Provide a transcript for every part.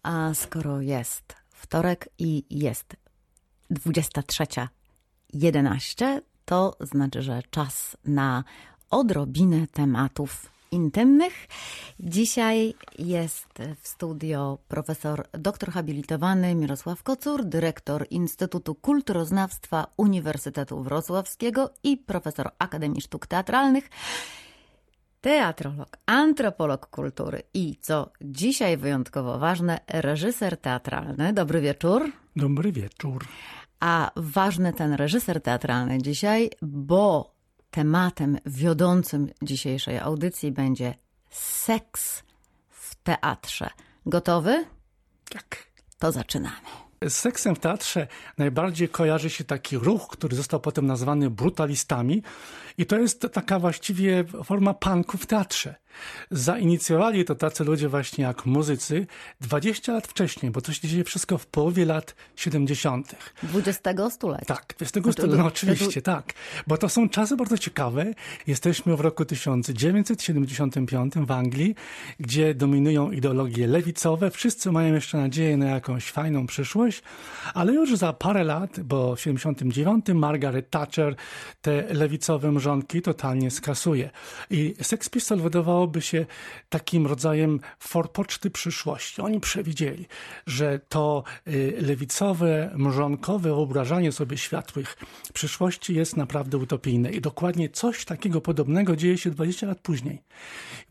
A skoro jest wtorek i jest 23:11, to znaczy, że czas na odrobinę tematów intymnych. Dzisiaj jest w studio profesor doktor habilitowany Mirosław Kocur, dyrektor Instytutu Kulturoznawstwa Uniwersytetu Wrocławskiego i profesor Akademii Sztuk Teatralnych, teatrolog, antropolog kultury i, co dzisiaj wyjątkowo ważne, reżyser teatralny. Dobry wieczór. Dobry wieczór. A ważny ten reżyser teatralny dzisiaj, bo tematem wiodącym dzisiejszej audycji będzie seks w teatrze. Gotowy? Tak. To zaczynamy. Z seksem w teatrze najbardziej kojarzy się taki ruch, który został potem nazwany brutalistami. I to jest taka właściwie forma punku w teatrze. Zainicjowali to tacy ludzie właśnie jak muzycy 20 lat wcześniej, bo to się dzieje wszystko w połowie lat 70. XX stulecia. Tak, XX stulecia, no oczywiście, tak. Bo to są czasy bardzo ciekawe. Jesteśmy w roku 1975 w Anglii, gdzie dominują ideologie lewicowe. Wszyscy mają jeszcze nadzieję na jakąś fajną przyszłość, ale już za parę lat, bo w 79 Margaret Thatcher te lewicowe mrzonki totalnie skasuje. I Sex Pistols wydawałoby się takim rodzajem forpoczty przyszłości. Oni przewidzieli, że to lewicowe, mrzonkowe wyobrażanie sobie światłych przyszłości jest naprawdę utopijne. I dokładnie coś takiego podobnego dzieje się 20 lat później, w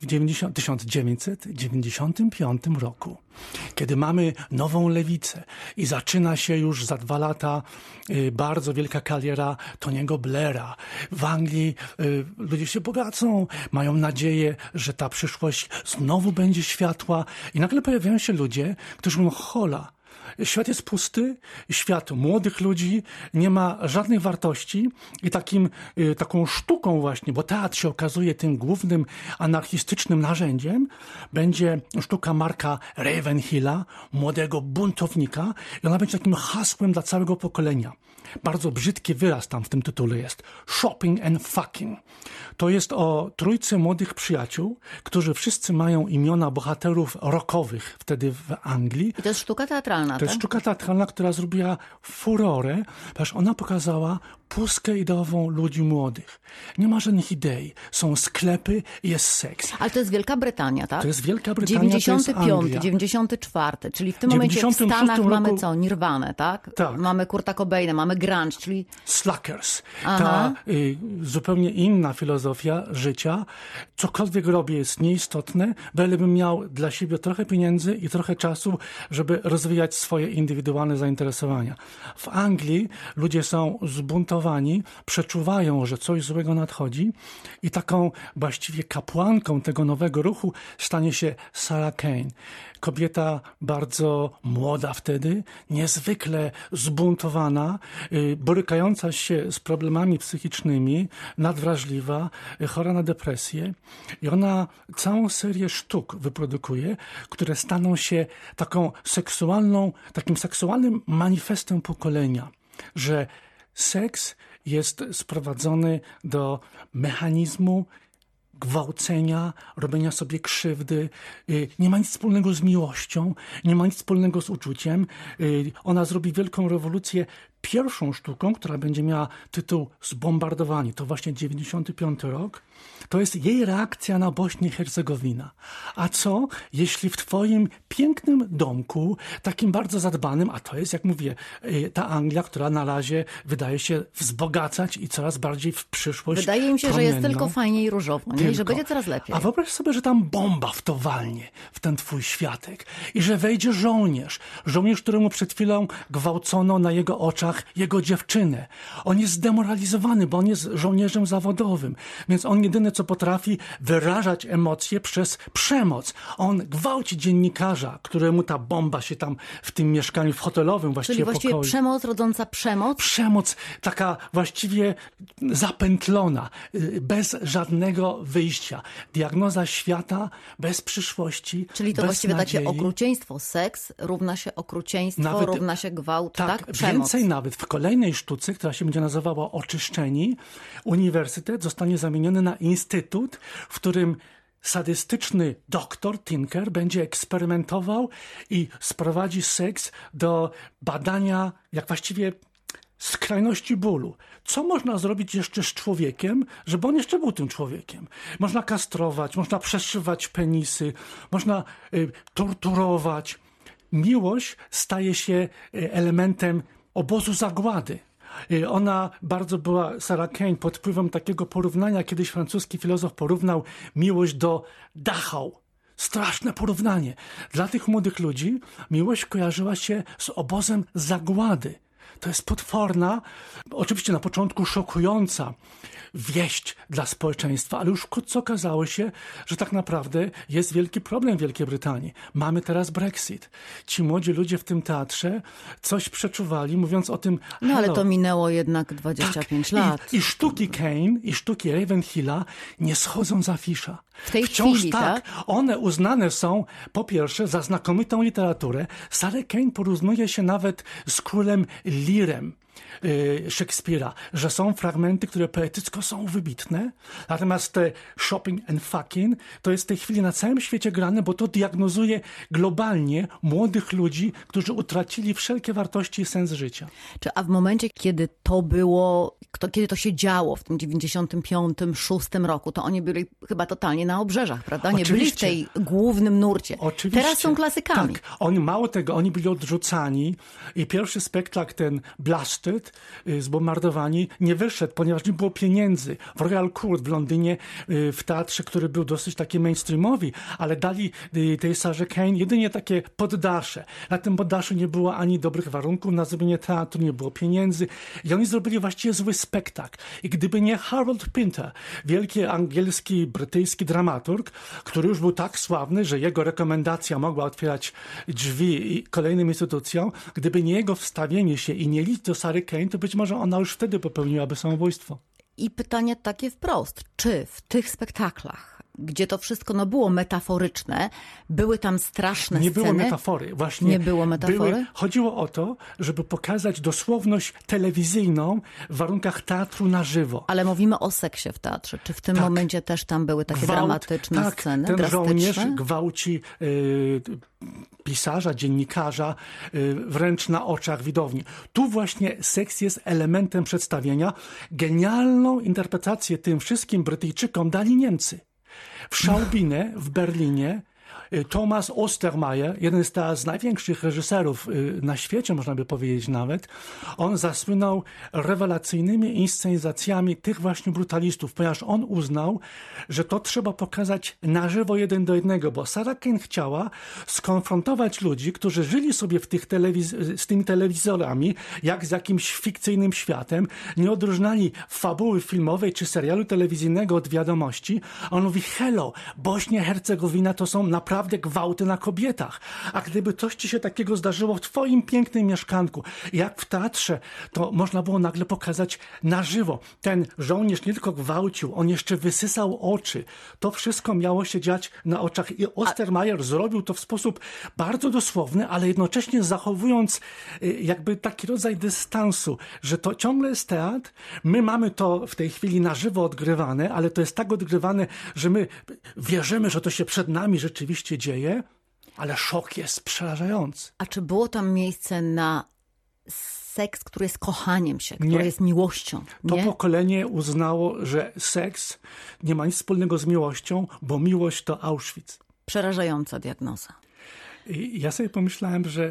1995 roku, kiedy mamy nową lewicę i zaczyna się już za 2 lata bardzo wielka kariera Tony'ego Blaira. W Anglii ludzie się bogacą, mają nadzieję, że ta przyszłość znowu będzie światła i nagle pojawiają się ludzie, którzy mówią: hola, świat jest pusty, świat młodych ludzi, nie ma żadnych wartości i taką sztuką właśnie, bo teatr się okazuje tym głównym anarchistycznym narzędziem, będzie sztuka Marka Ravenhilla, młodego buntownika, i ona będzie takim hasłem dla całego pokolenia. Bardzo brzydki wyraz tam w tym tytule jest. Shopping and fucking. To jest o trójcy młodych przyjaciół, którzy wszyscy mają imiona bohaterów rockowych wtedy w Anglii. I to jest sztuka teatralna, To jest sztuka teatralna, która zrobiła furorę, ponieważ ona pokazała pustkę ideową ludzi młodych. Nie ma żadnych idei. Są sklepy i jest seks. Ale to jest Wielka Brytania, tak? To jest Wielka Brytania, 95, to jest Anglia. 94, czyli w tym momencie w Stanach mamy co? Nirvanę, tak? Tak. Mamy Kurta Cobaina, mamy grunge, czyli... Slackers. Aha. Ta zupełnie inna filozofia życia. Cokolwiek robię jest nieistotne, bylebym miał dla siebie trochę pieniędzy i trochę czasu, żeby rozwijać swoje indywidualne zainteresowania. W Anglii ludzie są zbuntowani, przeczuwają, że coś złego nadchodzi i taką właściwie kapłanką tego nowego ruchu stanie się Sarah Kane. Kobieta bardzo młoda wtedy, niezwykle zbuntowana, borykająca się z problemami psychicznymi, nadwrażliwa, chora na depresję. I ona całą serię sztuk wyprodukuje, które staną się takim seksualnym manifestem pokolenia, że seks jest sprowadzony do mechanizmu gwałcenia, robienia sobie krzywdy. Nie ma nic wspólnego z miłością, nie ma nic wspólnego z uczuciem. Ona zrobi wielką rewolucję. Pierwszą sztuką, która będzie miała tytuł Zbombardowani, to właśnie 95 rok, to jest jej reakcja na Bośnię i Hercegowinę. A co, jeśli w twoim pięknym domku, takim bardzo zadbanym, a to jest, jak mówię, ta Anglia, która na razie wydaje się wzbogacać i coraz bardziej w przyszłość Wydaje mi się, że jest tylko promienną. fajnie i różowo, nie? I że będzie coraz lepiej. A wyobraź sobie, że tam bomba w to walnie, w ten twój światek i że wejdzie żołnierz, któremu przed chwilą gwałcono na jego oczach jego dziewczynę. On jest zdemoralizowany, bo on jest żołnierzem zawodowym, więc on jedyne co potrafi wyrażać emocje przez przemoc. On gwałci dziennikarza, któremu ta bomba się tam w tym mieszkaniu, w hotelowym Czyli właściwie pokoju. przemoc rodząca przemoc? Przemoc taka właściwie zapętlona, bez żadnego wyjścia. Diagnoza świata bez przyszłości, Czyli to bez właściwie nadziei. takie okrucieństwo. Seks równa się okrucieństwo, równa się gwałt, tak? Przemoc. Więcej nawet. W kolejnej sztuce, która się będzie nazywała Oczyszczeni, uniwersytet zostanie zamieniony na instytut, w którym sadystyczny doktor Tinker będzie eksperymentował i sprowadzi seks do badania, jak właściwie skrajności bólu. Co można zrobić jeszcze z człowiekiem, żeby on jeszcze był tym człowiekiem? Można kastrować, można przeszywać penisy, można torturować. Miłość staje się elementem obozu zagłady. Ona bardzo była, Sarah Kane, pod wpływem takiego porównania. Kiedyś francuski filozof porównał miłość do Dachau. Straszne porównanie. Dla tych młodych ludzi miłość kojarzyła się z obozem zagłady. To jest potworna, oczywiście na początku szokująca wieść dla społeczeństwa, ale już wkrótce okazało się, że tak naprawdę jest wielki problem w Wielkiej Brytanii. Mamy teraz Brexit. Ci młodzi ludzie w tym teatrze coś przeczuwali, mówiąc o tym... No ale to minęło jednak 25 lat. I sztuki Kane, i sztuki Ravenhilla nie schodzą z afisza. W tej Wciąż chwili, tak? One uznane są, po pierwsze, za znakomitą literaturę. Sarah Kane porównuje się nawet z królem Learem Szekspira, że są fragmenty, które poetycko są wybitne, natomiast te Shopping and Fucking to jest w tej chwili na całym świecie grane, bo to diagnozuje globalnie młodych ludzi, którzy utracili wszelkie wartości i sens życia. A w momencie, kiedy to było, kiedy to się działo w tym 95-6 roku, to oni byli chyba totalnie na obrzeżach, prawda? Nie byli w tej głównym nurcie. Oczywiście. Teraz są klasykami. Tak, mało tego, oni byli odrzucani i pierwszy spektakl, ten Blasted, zbombardowani, nie wyszedł, ponieważ nie było pieniędzy. W Royal Court w Londynie, w teatrze, który był dosyć taki mainstreamowy, ale dali tej Sarze Kane jedynie takie poddasze. Na tym poddaszu nie było ani dobrych warunków na zrobienie teatru, nie było pieniędzy i oni zrobili właściwie zły spektakl. I gdyby nie Harold Pinter, wielki angielski, brytyjski dramaturg, który już był tak sławny, że jego rekomendacja mogła otwierać drzwi kolejnym instytucjom, gdyby nie jego wstawienie się i nie liść do Sary Kane, to być może ona już wtedy popełniłaby samobójstwo. I pytanie takie wprost. Czy w tych spektaklach, gdzie to wszystko było metaforyczne, były tam straszne sceny? Nie było metafory. Właśnie nie było metafory? Chodziło o to, żeby pokazać dosłowność telewizyjną w warunkach teatru na żywo. Ale mówimy o seksie w teatrze. Czy w tym momencie też tam były takie dramatyczne sceny? Ten żołnierz gwałci pisarza, dziennikarza wręcz na oczach widowni. Tu właśnie seks jest elementem przedstawienia. Genialną interpretację tym wszystkim Brytyjczykom dali Niemcy. W Schaubinne w Berlinie Thomas Ostermayer, jeden z największych reżyserów na świecie, można by powiedzieć nawet, on zasłynął rewelacyjnymi inscenizacjami tych właśnie brutalistów, ponieważ on uznał, że to trzeba pokazać na żywo 1:1, bo Sarah Kane chciała skonfrontować ludzi, którzy żyli sobie z tymi telewizorami, jak z jakimś fikcyjnym światem, nie odróżniali fabuły filmowej czy serialu telewizyjnego od wiadomości. On mówi, hello, Bośnia-Hercegowina to są naprawdę gwałty na kobietach. A gdyby coś ci się takiego zdarzyło w twoim pięknym mieszkanku, jak w teatrze, to można było nagle pokazać na żywo. Ten żołnierz nie tylko gwałcił, on jeszcze wysysał oczy. To wszystko miało się dziać na oczach i Ostermayer zrobił to w sposób bardzo dosłowny, ale jednocześnie zachowując jakby taki rodzaj dystansu, że to ciągle jest teatr. My mamy to w tej chwili na żywo odgrywane, ale to jest tak odgrywane, że my wierzymy, że to się przed nami rzeczywiście dzieje, ale szok jest przerażający. A czy było tam miejsce na seks, który jest kochaniem się, który jest miłością? Nie? To pokolenie uznało, że seks nie ma nic wspólnego z miłością, bo miłość to Auschwitz. Przerażająca diagnoza. I ja sobie pomyślałem, że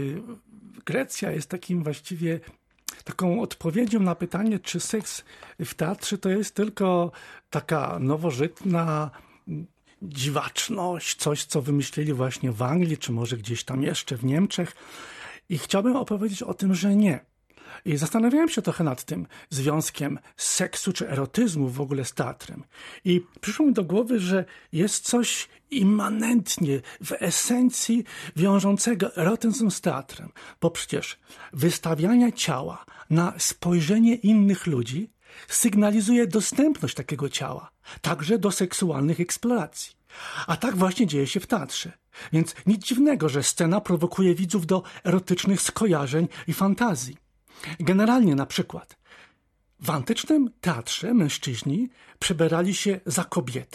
Grecja jest takim właściwie taką odpowiedzią na pytanie, czy seks w teatrze to jest tylko taka nowożytna dziwaczność, coś, co wymyślili właśnie w Anglii, czy może gdzieś tam jeszcze w Niemczech. I chciałbym opowiedzieć o tym, że nie. I zastanawiałem się trochę nad tym związkiem seksu czy erotyzmu w ogóle z teatrem. I przyszło mi do głowy, że jest coś immanentnie, w esencji wiążącego erotyzm z teatrem. Bo przecież wystawianie ciała na spojrzenie innych ludzi sygnalizuje dostępność takiego ciała, także do seksualnych eksploracji. A tak właśnie dzieje się w teatrze. Więc nic dziwnego, że scena prowokuje widzów do erotycznych skojarzeń i fantazji. Generalnie na przykład w antycznym teatrze mężczyźni przebierali się za kobiety,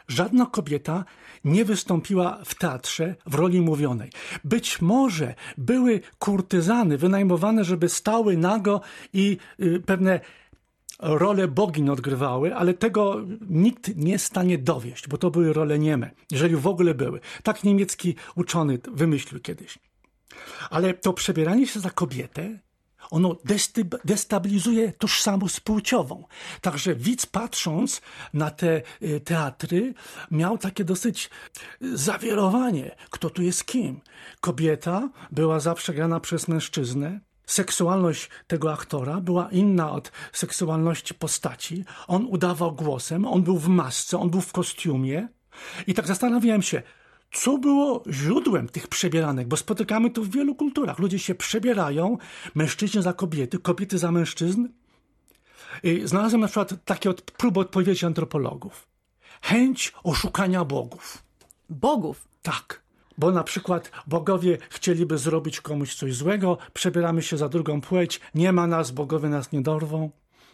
żadna kobieta nie wystąpiła w teatrze w roli mówionej. Być może były kurtyzany wynajmowane, żeby stały nago i pewne role bogiń odgrywały, ale tego nikt nie jest w stanie dowieść, bo to były role nieme, jeżeli w ogóle były. Tak niemiecki uczony wymyślił kiedyś. Ale to przebieranie się za kobietę, ono destabilizuje tożsamość płciową. Także widz, patrząc na te teatry, miał takie dosyć zawirowanie. Kto tu jest kim? Kobieta była zawsze grana przez mężczyznę. Seksualność tego aktora była inna od seksualności postaci. On udawał głosem, on był w masce, on był w kostiumie. I tak zastanawiałem się, co było źródłem tych przebieranek, bo spotykamy to w wielu kulturach. Ludzie się przebierają, mężczyźni za kobiety, kobiety za mężczyzn. I znalazłem na przykład takie próby odpowiedzi antropologów. Chęć oszukania bogów. Bogów? Tak. Bo na przykład bogowie chcieliby zrobić komuś coś złego, przebieramy się za drugą płeć, nie ma nas, bogowie nas nie dorwą.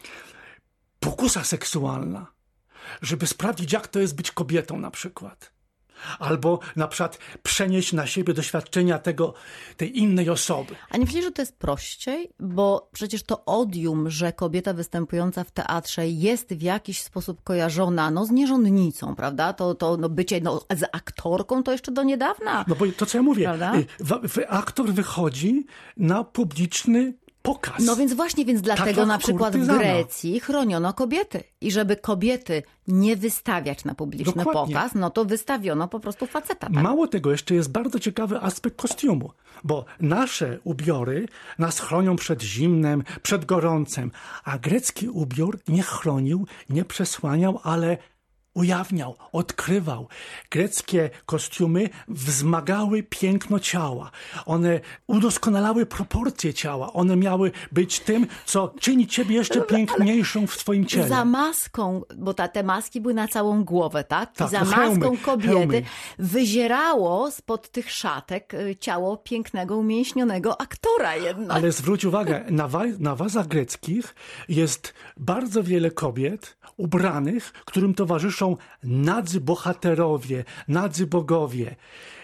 Pokusa seksualna, żeby sprawdzić, jak to jest być kobietą na przykład. Albo na przykład przenieść na siebie doświadczenia tej innej osoby. A nie myślisz, że to jest prościej? Bo przecież to odium, że kobieta występująca w teatrze jest w jakiś sposób kojarzona z nierządnicą, prawda? To bycie z aktorką to jeszcze do niedawna. No bo to, co ja mówię, aktor wychodzi na publiczny pokaz. No więc właśnie, dlatego na przykład w Grecji chroniono kobiety. I żeby kobiety nie wystawiać na publiczny pokaz, no to wystawiono po prostu faceta. Tak? Mało tego, jeszcze jest bardzo ciekawy aspekt kostiumu, bo nasze ubiory nas chronią przed zimnem, przed gorącem, a grecki ubiór nie chronił, nie przesłaniał, ale ujawniał, odkrywał. Greckie kostiumy wzmagały piękno ciała. One udoskonalały proporcje ciała. One miały być tym, co czyni ciebie jeszcze piękniejszą w twoim ciele. Za maską, bo te maski były na całą głowę, tak? Tak, I za maską kobiety wyzierało spod tych szatek ciało pięknego, umięśnionego aktora jednak. Ale zwróć uwagę, na wazach greckich jest bardzo wiele kobiet ubranych, którym towarzyszą nadzy bohaterowie, nadzy bogowie.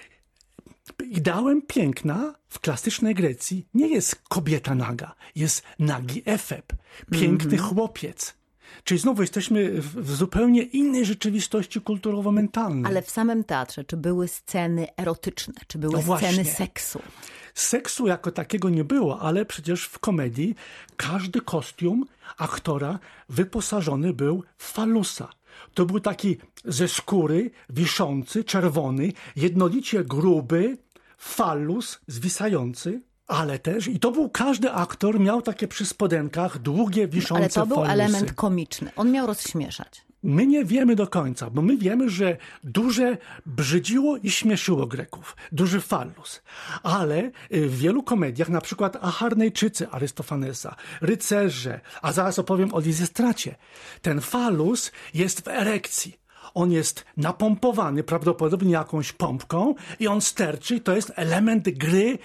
Ideałem piękna w klasycznej Grecji nie jest kobieta naga, jest nagi Efeb, piękny chłopiec. Czyli znowu jesteśmy w zupełnie innej rzeczywistości kulturowo-mentalnej. Ale w samym teatrze, czy były sceny erotyczne, czy były sceny seksu? Seksu jako takiego nie było, ale przecież w komedii każdy kostium aktora wyposażony był w falusa. To był taki ze skóry wiszący, czerwony, jednolicie gruby falus zwisający, ale też, i to był każdy aktor, miał takie przy spodenkach długie, wiszące falusy. Ale to był element komiczny. On miał rozśmieszać. My nie wiemy do końca, bo my wiemy, że duże brzydziło i śmieszyło Greków. Duży fallus. Ale w wielu komediach, na przykład Acharnejczycy Arystofanesa, Rycerze, a zaraz opowiem o Lizystracie, ten fallus jest w erekcji. On jest napompowany prawdopodobnie jakąś pompką i on sterczy i to jest element gry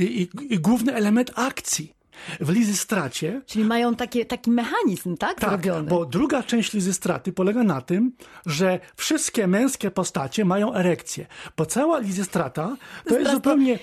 i główny element akcji. W Lizystracie... Czyli mają taki mechanizm, tak? Zrobiony. Bo druga część Lizystraty polega na tym, że wszystkie męskie postacie mają erekcję. Bo cała Lizystrata to jest zupełnie...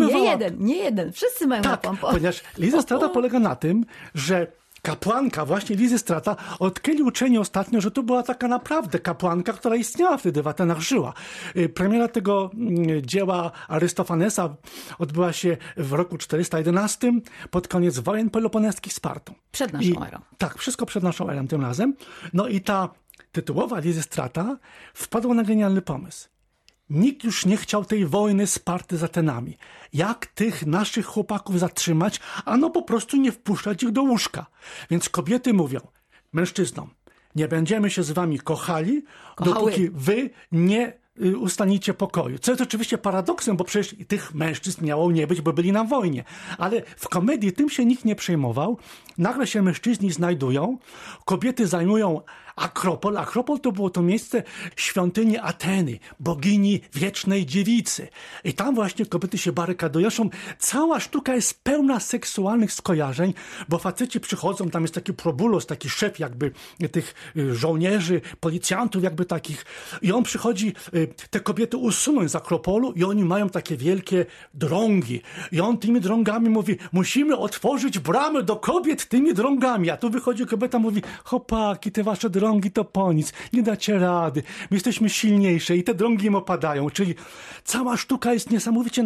Nie jeden. Wszyscy mają napompowane. Ponieważ Lizystrata polega na tym, że kapłanka, właśnie Lizystrata, odkryli uczeni ostatnio, że to była taka naprawdę kapłanka, która istniała wtedy w Atenach, żyła. Premiera tego dzieła Arystofanesa odbyła się w roku 411, pod koniec wojen peloponeskich z Spartą. Przed naszą erą. Tak, wszystko przed naszą erą tym razem. No i ta tytułowa Lizystrata wpadła na genialny pomysł. Nikt już nie chciał tej wojny Sparty z Atenami. Jak tych naszych chłopaków zatrzymać? Ano po prostu nie wpuszczać ich do łóżka. Więc kobiety mówią mężczyznom, nie będziemy się z wami kochali, dopóki wy nie ustanicie pokoju. Co jest oczywiście paradoksem, bo przecież tych mężczyzn miało nie być, bo byli na wojnie. Ale w komedii tym się nikt nie przejmował. Nagle się mężczyźni znajdują, kobiety zajmują Akropol. Akropol to było to miejsce świątyni Ateny, bogini wiecznej dziewicy. I tam właśnie kobiety się barykadują. Cała sztuka jest pełna seksualnych skojarzeń, bo faceci przychodzą, tam jest taki probulos, taki szef jakby tych żołnierzy, policjantów jakby takich. I on przychodzi te kobiety usunąć z Akropolu i oni mają takie wielkie drągi. I on tymi drągami mówi, musimy otworzyć bramę do kobiet tymi drągami. A tu wychodzi kobieta, mówi, chłopaki, te wasze drągi to po nic, nie dacie rady, my jesteśmy silniejsze i te drągi im opadają. Czyli cała sztuka jest niesamowicie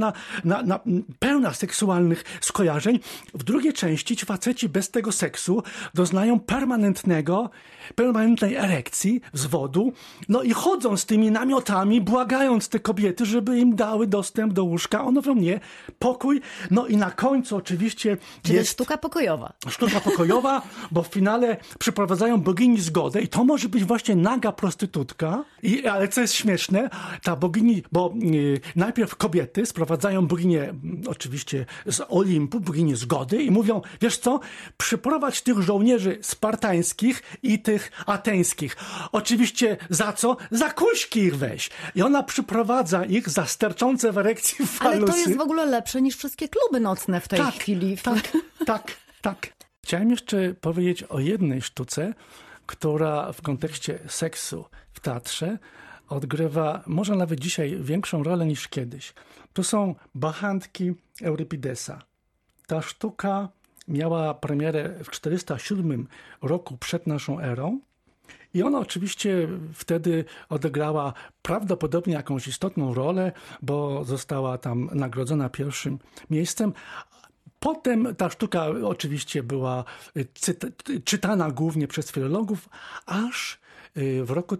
pełna seksualnych skojarzeń. W drugiej części ci faceci bez tego seksu doznają permanentnej erekcji, wzwodu, no i chodzą z tymi namiotami, błagając te kobiety, żeby im dały dostęp do łóżka. One mówią nie, pokój. No i na końcu oczywiście czyli jest sztuka pokojowa. Sztuka pokojowa, bo w finale przyprowadzają bogini zgodę i to może być właśnie naga prostytutka. Ale co jest śmieszne, ta bogini, bo najpierw kobiety sprowadzają boginię oczywiście z Olimpu, boginię zgody i mówią, wiesz co, przyprowadź tych żołnierzy spartańskich i tych ateńskich. Oczywiście za co? Za kuśki ich weź. I ona przyprowadza ich za sterczące w erekcji falusy. Ale to jest w ogóle lepsze niż wszystkie kluby nocne w tej chwili. Tak. Chciałem jeszcze powiedzieć o jednej sztuce, która w kontekście seksu w teatrze odgrywa może nawet dzisiaj większą rolę niż kiedyś. To są bachantki Eurypidesa. Ta sztuka miała premierę w 407 roku przed naszą erą i ona oczywiście wtedy odegrała prawdopodobnie jakąś istotną rolę, bo została tam nagrodzona pierwszym miejscem. Potem ta sztuka oczywiście była czytana głównie przez filologów, aż w roku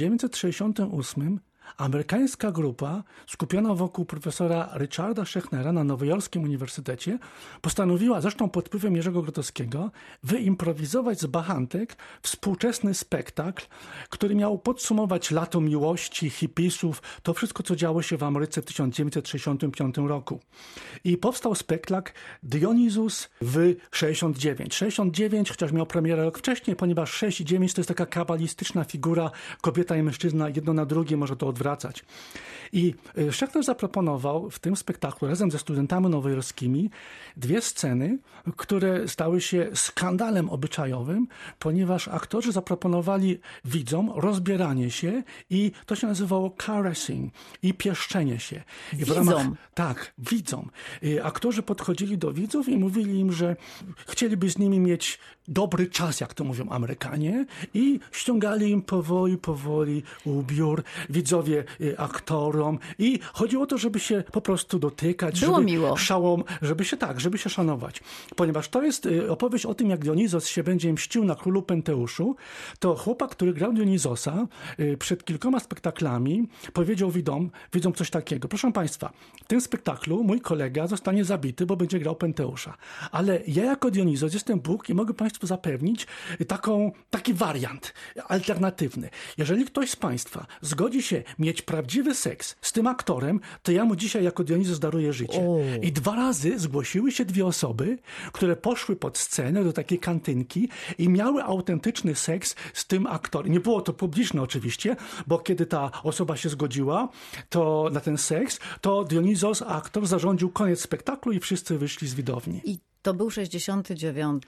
1968 amerykańska grupa skupiona wokół profesora Richarda Schechnera na Nowojorskim Uniwersytecie postanowiła, zresztą pod wpływem Jerzego Grotowskiego, wyimprowizować z bachantek współczesny spektakl, który miał podsumować lato miłości, hipisów, to wszystko, co działo się w Ameryce w 1965 roku. I powstał spektakl Dionizus w 69. 69, chociaż miał premierę rok wcześniej, ponieważ 6 i 9 to jest taka kabalistyczna figura, kobieta i mężczyzna jedno na drugie może to odwracać. I Schechner zaproponował w tym spektaklu razem ze studentami nowojorskimi 2 sceny, które stały się skandalem obyczajowym, ponieważ aktorzy zaproponowali widzom rozbieranie się i to się nazywało caressing i pieszczenie się. I widzom? Tak, widzom. Aktorzy podchodzili do widzów i mówili im, że chcieliby z nimi mieć dobry czas, jak to mówią Amerykanie, i ściągali im powoli ubiór, widzowie aktorom i chodziło o to, żeby się po prostu dotykać, było miło. Żeby się szanować. Ponieważ to jest opowieść o tym, jak Dionizos się będzie mścił na królu Penteuszu, to chłopak, który grał Dionizosa przed kilkoma spektaklami powiedział widzom coś takiego. Proszę Państwa, w tym spektaklu mój kolega zostanie zabity, bo będzie grał Penteusza. Ale ja jako Dionizos jestem Bóg i mogę Państwu zapewnić taki wariant alternatywny. Jeżeli ktoś z Państwa zgodzi się mieć prawdziwy seks z tym aktorem, to ja mu dzisiaj jako Dionizos daruję życie. I 2 razy zgłosiły się 2 osoby, które poszły pod scenę do takiej kantynki i miały autentyczny seks z tym aktorem. Nie było to publiczne oczywiście, bo kiedy ta osoba się zgodziła na ten seks, to Dionizos, aktor, zarządził koniec spektaklu i wszyscy wyszli z widowni. To był 69,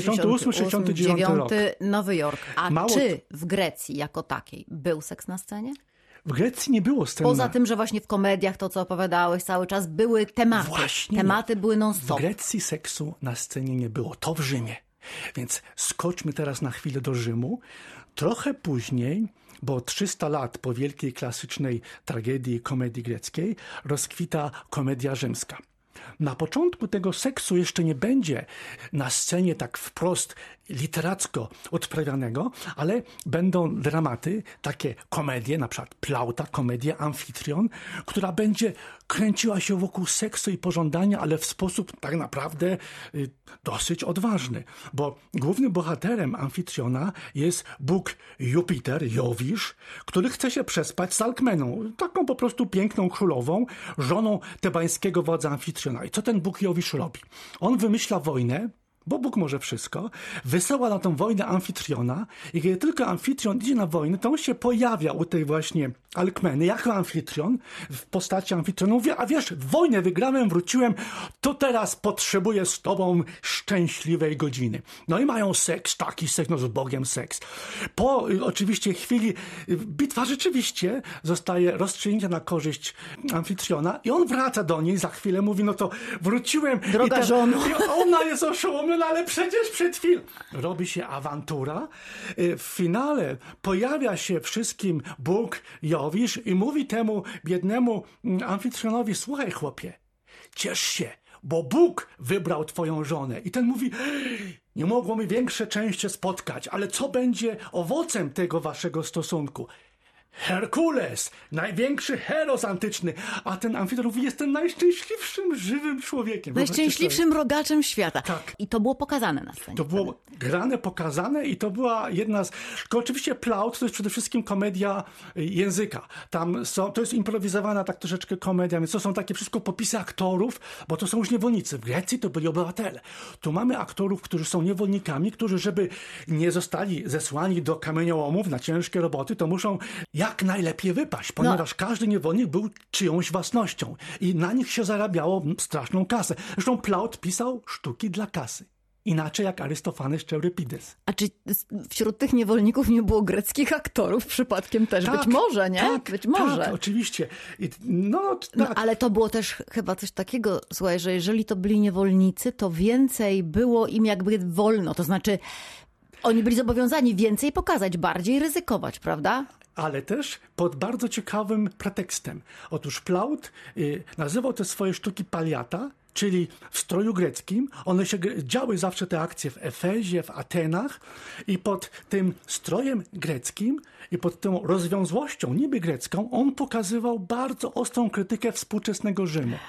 69 rok. Nowy Jork. Czy w Grecji jako takiej był seks na scenie? W Grecji nie było sceny. Poza tym, że właśnie w komediach, to co opowiadałeś cały czas, były tematy. Właśnie tematy były non-stop. W Grecji seksu na scenie nie było. To w Rzymie. Więc skoczmy teraz na chwilę do Rzymu. Trochę później, bo 300 lat po wielkiej klasycznej tragedii komedii greckiej, rozkwita komedia rzymska. Na początku tego seksu jeszcze nie będzie na scenie tak wprost literacko odprawianego, ale będą dramaty, takie komedie, na przykład Plauta, komedia Amfitrion, która będzie kręciła się wokół seksu i pożądania, ale w sposób tak naprawdę dosyć odważny, bo głównym bohaterem Amfitriona jest bóg Jupiter, Jowisz, który chce się przespać z Alkmeną, taką po prostu piękną królową, żoną tebańskiego wodza Amfitriona. I co ten bóg Jowisz robi? On wymyśla wojnę bo Bóg może wszystko, wysyła na tą wojnę Amfitriona i kiedy tylko Amfitrion idzie na wojnę, to on się pojawia u tej właśnie Alkmeny jako Amfitrion, w postaci Amfitriona. Mówi, a wiesz, wojnę wygrałem, wróciłem, to teraz potrzebuję z tobą szczęśliwej godziny. No i mają seks, taki seks, no z Bogiem seks. Po oczywiście chwili bitwa rzeczywiście zostaje rozstrzygnięta na korzyść Amfitriona i on wraca do niej za chwilę, mówi, no to wróciłem. Droga żono. I ona jest oszołomiona, ale przecież przed chwilą. Robi się awantura. W finale pojawia się wszystkim Bóg Jowisz i mówi temu biednemu Amfitrionowi, słuchaj chłopie, ciesz się, bo Bóg wybrał twoją żonę. I ten mówi, nie mogło mi większe szczęście spotkać, ale co będzie owocem tego waszego stosunku? Herkules, największy heros antyczny, a ten Amfitrion mówi, jestem najszczęśliwszym żywym człowiekiem. Najszczęśliwszym rogaczem świata. Tak. I to było pokazane na scenie. To było grane, pokazane i to była jedna z... Tylko oczywiście Plaut to jest przede wszystkim komedia języka. Tam to jest improwizowana tak troszeczkę komedia, więc to są takie wszystko popisy aktorów, bo to są już niewolnicy. W Grecji to byli obywatele. Tu mamy aktorów, którzy są niewolnikami, którzy żeby nie zostali zesłani do kamieniołomów na ciężkie roboty, to muszą jak najlepiej wypaść, ponieważ każdy niewolnik był czyjąś własnością i na nich się zarabiało straszną kasę. Zresztą Plaut pisał sztuki dla kasy. Inaczej jak Arystofanes czy Eurypides. A czy wśród tych niewolników nie było greckich aktorów przypadkiem też? Tak, być może, nie? Tak, być może. Tak, oczywiście. No, ale to było też chyba coś takiego, słuchaj, że jeżeli to byli niewolnicy, to więcej było im jakby wolno. To znaczy oni byli zobowiązani więcej pokazać, bardziej ryzykować, prawda? Ale też pod bardzo ciekawym pretekstem. Otóż Plaut nazywał te swoje sztuki paliata, czyli w stroju greckim. One się działy zawsze te akcje w Efezie, w Atenach i pod tym strojem greckim i pod tą rozwiązłością niby grecką on pokazywał bardzo ostrą krytykę współczesnego Rzymu.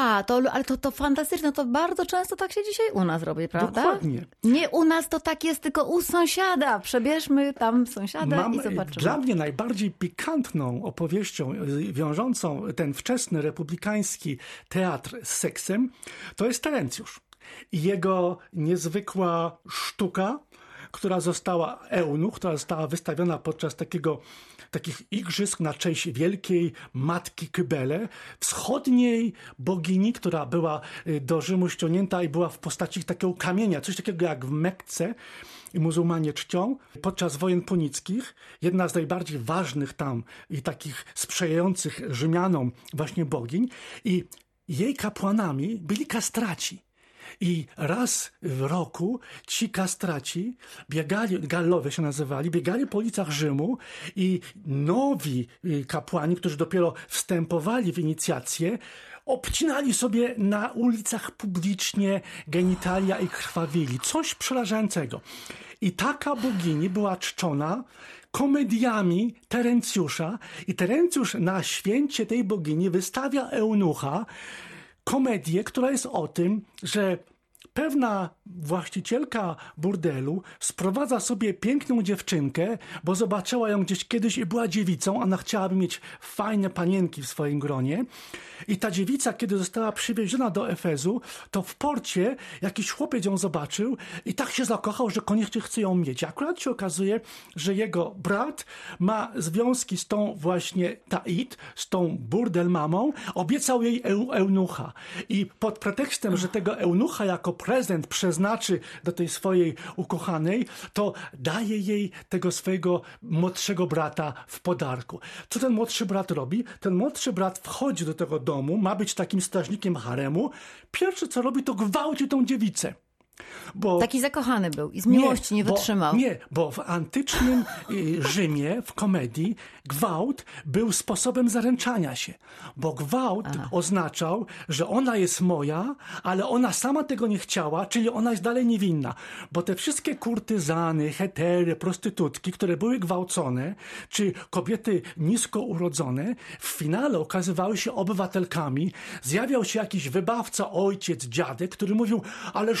Ale to fantastyczne, to bardzo często tak się dzisiaj u nas robi, prawda? Dokładnie. Nie u nas to tak jest, tylko u sąsiada. Przebierzmy tam sąsiada i zobaczymy. Dla mnie najbardziej pikantną opowieścią wiążącą ten wczesny republikański teatr z seksem to jest Terencjusz i jego niezwykła sztuka, która została wystawiona podczas takich igrzysk na cześć wielkiej matki Kybele, wschodniej bogini, która była do Rzymu ściągnięta i była w postaci takiego kamienia, coś takiego jak w Mekce i muzułmanie czcią. Podczas wojen punickich jedna z najbardziej ważnych tam i takich sprzyjających Rzymianom właśnie bogiń i jej kapłanami byli kastraci. I raz w roku ci kastraci Gallowie się nazywali, biegali po ulicach Rzymu i nowi kapłani, którzy dopiero wstępowali w inicjację, obcinali sobie na ulicach publicznie genitalia i krwawili. Coś przerażającego. I taka bogini była czczona komediami Terencjusza i Terencjusz na święcie tej bogini wystawia eunucha, komedię, która jest o tym, że pewna właścicielka burdelu sprowadza sobie piękną dziewczynkę, bo zobaczyła ją gdzieś kiedyś i była dziewicą. Ona chciałaby mieć fajne panienki w swoim gronie. I ta dziewica, kiedy została przywieziona do Efezu, to w porcie jakiś chłopiec ją zobaczył i tak się zakochał, że koniecznie chce ją mieć. Akurat się okazuje, że jego brat ma związki z tą właśnie Tait, z tą burdel mamą. Obiecał jej eunucha. I pod pretekstem, że tego eunucha jako prezent przeznaczy do tej swojej ukochanej, to daje jej tego swojego młodszego brata w podarku. Co ten młodszy brat robi? Ten młodszy brat wchodzi do tego domu, ma być takim strażnikiem haremu. Pierwsze co robi, to gwałci tą dziewicę. Taki zakochany był i z miłości nie wytrzymał. Bo w antycznym Rzymie, w komedii, gwałt był sposobem zaręczania się. Bo gwałt oznaczał, że ona jest moja, ale ona sama tego nie chciała, czyli ona jest dalej niewinna. Bo te wszystkie kurtyzany, hetery, prostytutki, które były gwałcone, czy kobiety nisko urodzone, w finale okazywały się obywatelkami. Zjawiał się jakiś wybawca, ojciec, dziadek, który mówił, ależ to jest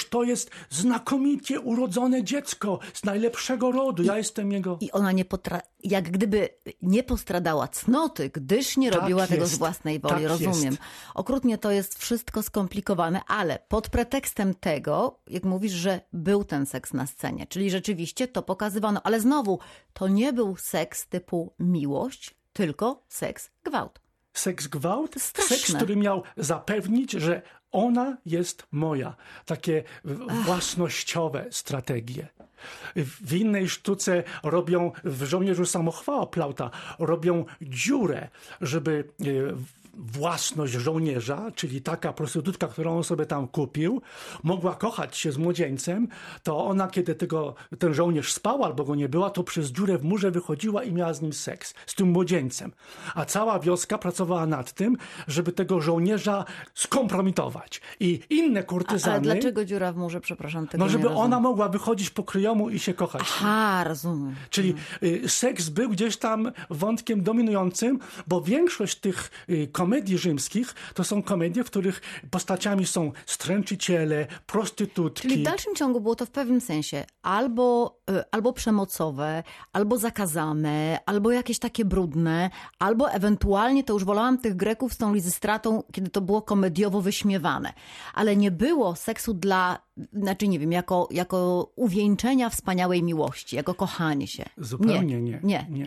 jest znakomicie urodzone dziecko z najlepszego rodu, ja jestem jego... I ona jak gdyby nie postradała cnoty, gdyż nie robiła tego z własnej woli, tak rozumiem. jest. Okrutnie to jest wszystko skomplikowane, ale pod pretekstem tego, jak mówisz, że był ten seks na scenie, czyli rzeczywiście to pokazywano, ale znowu, to nie był seks typu miłość, tylko seks gwałt. Seks gwałt, Straszne. seks, który miał zapewnić, że ona jest moja. Takie własnościowe strategie. W innej sztuce robią, w Żołnierzu samochwała Plauta, robią dziurę, żeby własność żołnierza, czyli taka prostytutka, którą on sobie tam kupił, mogła kochać się z młodzieńcem, to ona, kiedy ten żołnierz spał albo go nie była, to przez dziurę w murze wychodziła i miała z nim seks, z tym młodzieńcem. A cała wioska pracowała nad tym, żeby tego żołnierza skompromitować. I inne kurtyzany... Ale dlaczego dziura w murze, przepraszam, tego żeby nie rozumiem. ona mogła wychodzić po kryjomu i się kochać. Aha, rozumiem. Czyli seks był gdzieś tam wątkiem dominującym, bo większość tych komedii rzymskich to są komedie, w których postaciami są stręczyciele, prostytutki. Czyli w dalszym ciągu było to w pewnym sensie albo przemocowe, albo zakazane, albo jakieś takie brudne, albo ewentualnie, to już wolałam tych Greków z tą Lizystratą, kiedy to było komediowo wyśmiewane. Ale nie było seksu znaczy nie wiem, jako uwieńczenia wspaniałej miłości, jako kochanie się. Zupełnie nie.